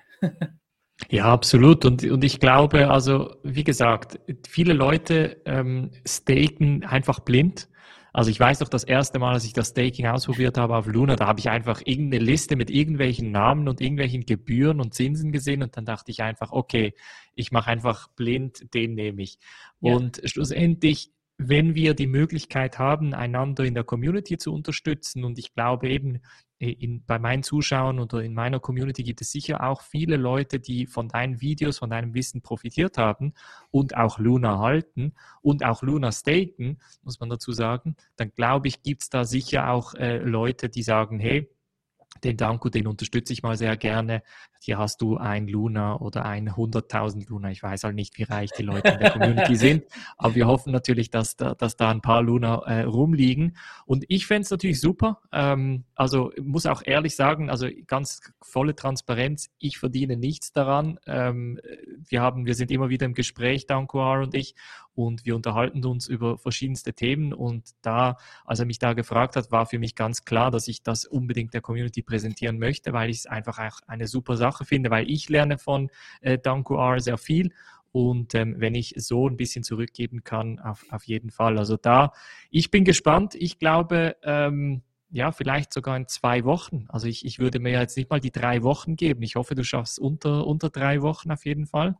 [SPEAKER 1] Ja, absolut. Und, und ich glaube, also wie gesagt, viele Leute ähm, staken einfach blind. Also ich weiß noch, das erste Mal, als ich das Staking ausprobiert habe auf Luna, da habe ich einfach irgendeine Liste mit irgendwelchen Namen und irgendwelchen Gebühren und Zinsen gesehen und dann dachte ich einfach, okay, ich mache einfach blind, den nehme ich.
[SPEAKER 2] Ja.
[SPEAKER 1] Und schlussendlich, wenn wir die Möglichkeit haben, einander in der Community zu unterstützen, und ich glaube eben, in, bei meinen Zuschauern oder in meiner Community gibt es sicher auch viele Leute, die von deinen Videos, von deinem Wissen profitiert haben und auch Luna halten und auch Luna staken, muss man dazu sagen, dann glaube ich, gibt es da sicher auch äh, Leute, die sagen, hey, den Danko, den unterstütze ich mal sehr gerne. Hier hast du ein Luna oder ein hunderttausend Luna. Ich weiß halt nicht, wie reich die Leute in der Community sind, aber wir hoffen natürlich, dass da, dass da ein paar Luna äh, rumliegen. Und ich fände es natürlich super. Ähm, also muss auch ehrlich sagen, also ganz volle Transparenz, ich verdiene nichts daran. Ähm, wir haben, wir sind immer wieder im Gespräch, Danko R und ich, und wir unterhalten uns über verschiedenste Themen. Und da, als er mich da gefragt hat, war für mich ganz klar, dass ich das unbedingt der Community präsentieren möchte, weil ich es einfach auch eine super Sache finde, weil ich lerne von äh, Danko R sehr viel. Und ähm, wenn ich so ein bisschen zurückgeben kann, auf, auf jeden Fall. Also da, ich bin gespannt. Ich glaube, ähm, ja, vielleicht sogar in zwei Wochen. Also ich, ich würde mir jetzt nicht mal die drei Wochen geben. Ich hoffe, du schaffst unter, unter drei Wochen auf jeden Fall.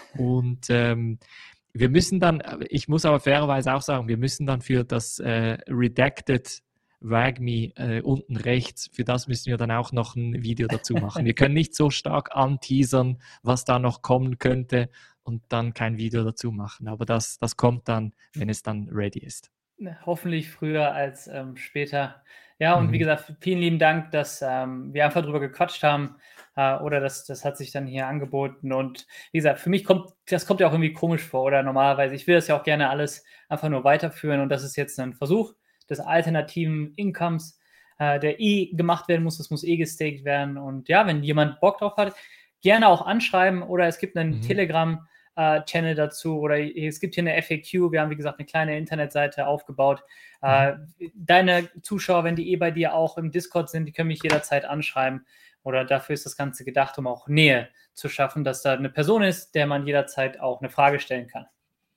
[SPEAKER 1] Und ähm, wir müssen dann, ich muss aber fairerweise auch sagen, wir müssen dann für das äh, Redacted WagMe äh, unten rechts, für das müssen wir dann auch noch ein Video dazu machen. Wir können nicht so stark anteasern, was da noch kommen könnte und dann kein Video dazu machen. Aber das, das kommt dann, wenn es dann ready ist.
[SPEAKER 2] Hoffentlich früher als ähm, später. Ja, und wie
[SPEAKER 1] Mhm.
[SPEAKER 2] gesagt, vielen lieben Dank, dass ähm, wir einfach drüber gequatscht haben äh, oder das, das hat sich dann hier angeboten. Und wie gesagt, für mich kommt, das kommt ja auch irgendwie komisch vor oder normalerweise. Ich will das ja auch gerne alles einfach nur weiterführen und das ist jetzt ein Versuch des alternativen Incomes, äh, der eh gemacht werden muss. Das muss eh gestaked werden. Und ja, wenn jemand Bock drauf hat, gerne auch anschreiben oder es gibt einen
[SPEAKER 1] Mhm.
[SPEAKER 2] Telegram- Uh, Channel dazu oder es gibt hier eine F A Q, wir haben wie gesagt eine kleine Internetseite aufgebaut. Uh, deine Zuschauer, wenn die eh bei dir auch im Discord sind, die können mich jederzeit anschreiben oder dafür ist das Ganze gedacht, um auch Nähe zu schaffen, dass da eine Person ist, der man jederzeit auch eine Frage stellen kann.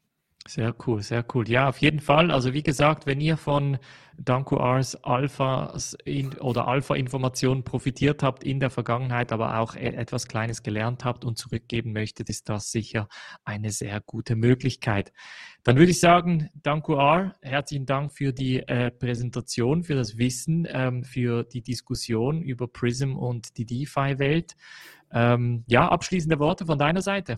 [SPEAKER 1] Sehr cool, sehr cool. Ja, auf jeden Fall. Also wie gesagt, wenn ihr von Danko R's Alphas in, oder Alpha-Informationen profitiert habt in der Vergangenheit, aber auch etwas Kleines gelernt habt und zurückgeben möchtet, ist das sicher eine sehr gute Möglichkeit. Dann würde ich sagen, Danko R, herzlichen Dank für die äh, Präsentation, für das Wissen, ähm, für die Diskussion über Prism und die DeFi-Welt. Ähm, ja, abschließende Worte von deiner Seite.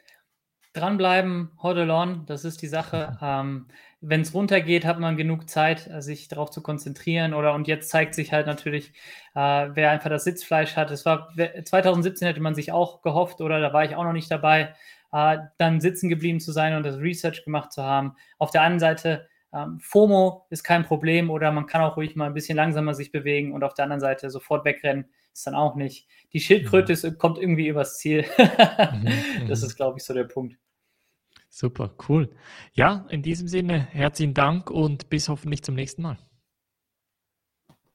[SPEAKER 2] Dranbleiben, hodl on, das ist die Sache. Ähm, wenn es runtergeht, hat man genug Zeit, sich darauf zu konzentrieren. Oder und jetzt zeigt sich halt natürlich, äh, wer einfach das Sitzfleisch hat. Es war zwanzig siebzehn hätte man sich auch gehofft, oder da war ich auch noch nicht dabei, äh, dann sitzen geblieben zu sein und das Research gemacht zu haben. Auf der anderen Seite, ähm, FOMO ist kein Problem oder man kann auch ruhig mal ein bisschen langsamer sich bewegen und auf der anderen Seite sofort wegrennen ist dann auch nicht. Die Schildkröte ist, kommt irgendwie übers Ziel.
[SPEAKER 1] Mhm,
[SPEAKER 2] Das
[SPEAKER 1] mhm.
[SPEAKER 2] ist, glaube ich, so der Punkt.
[SPEAKER 1] Super, cool. Ja, in diesem Sinne, herzlichen Dank und bis hoffentlich zum nächsten Mal.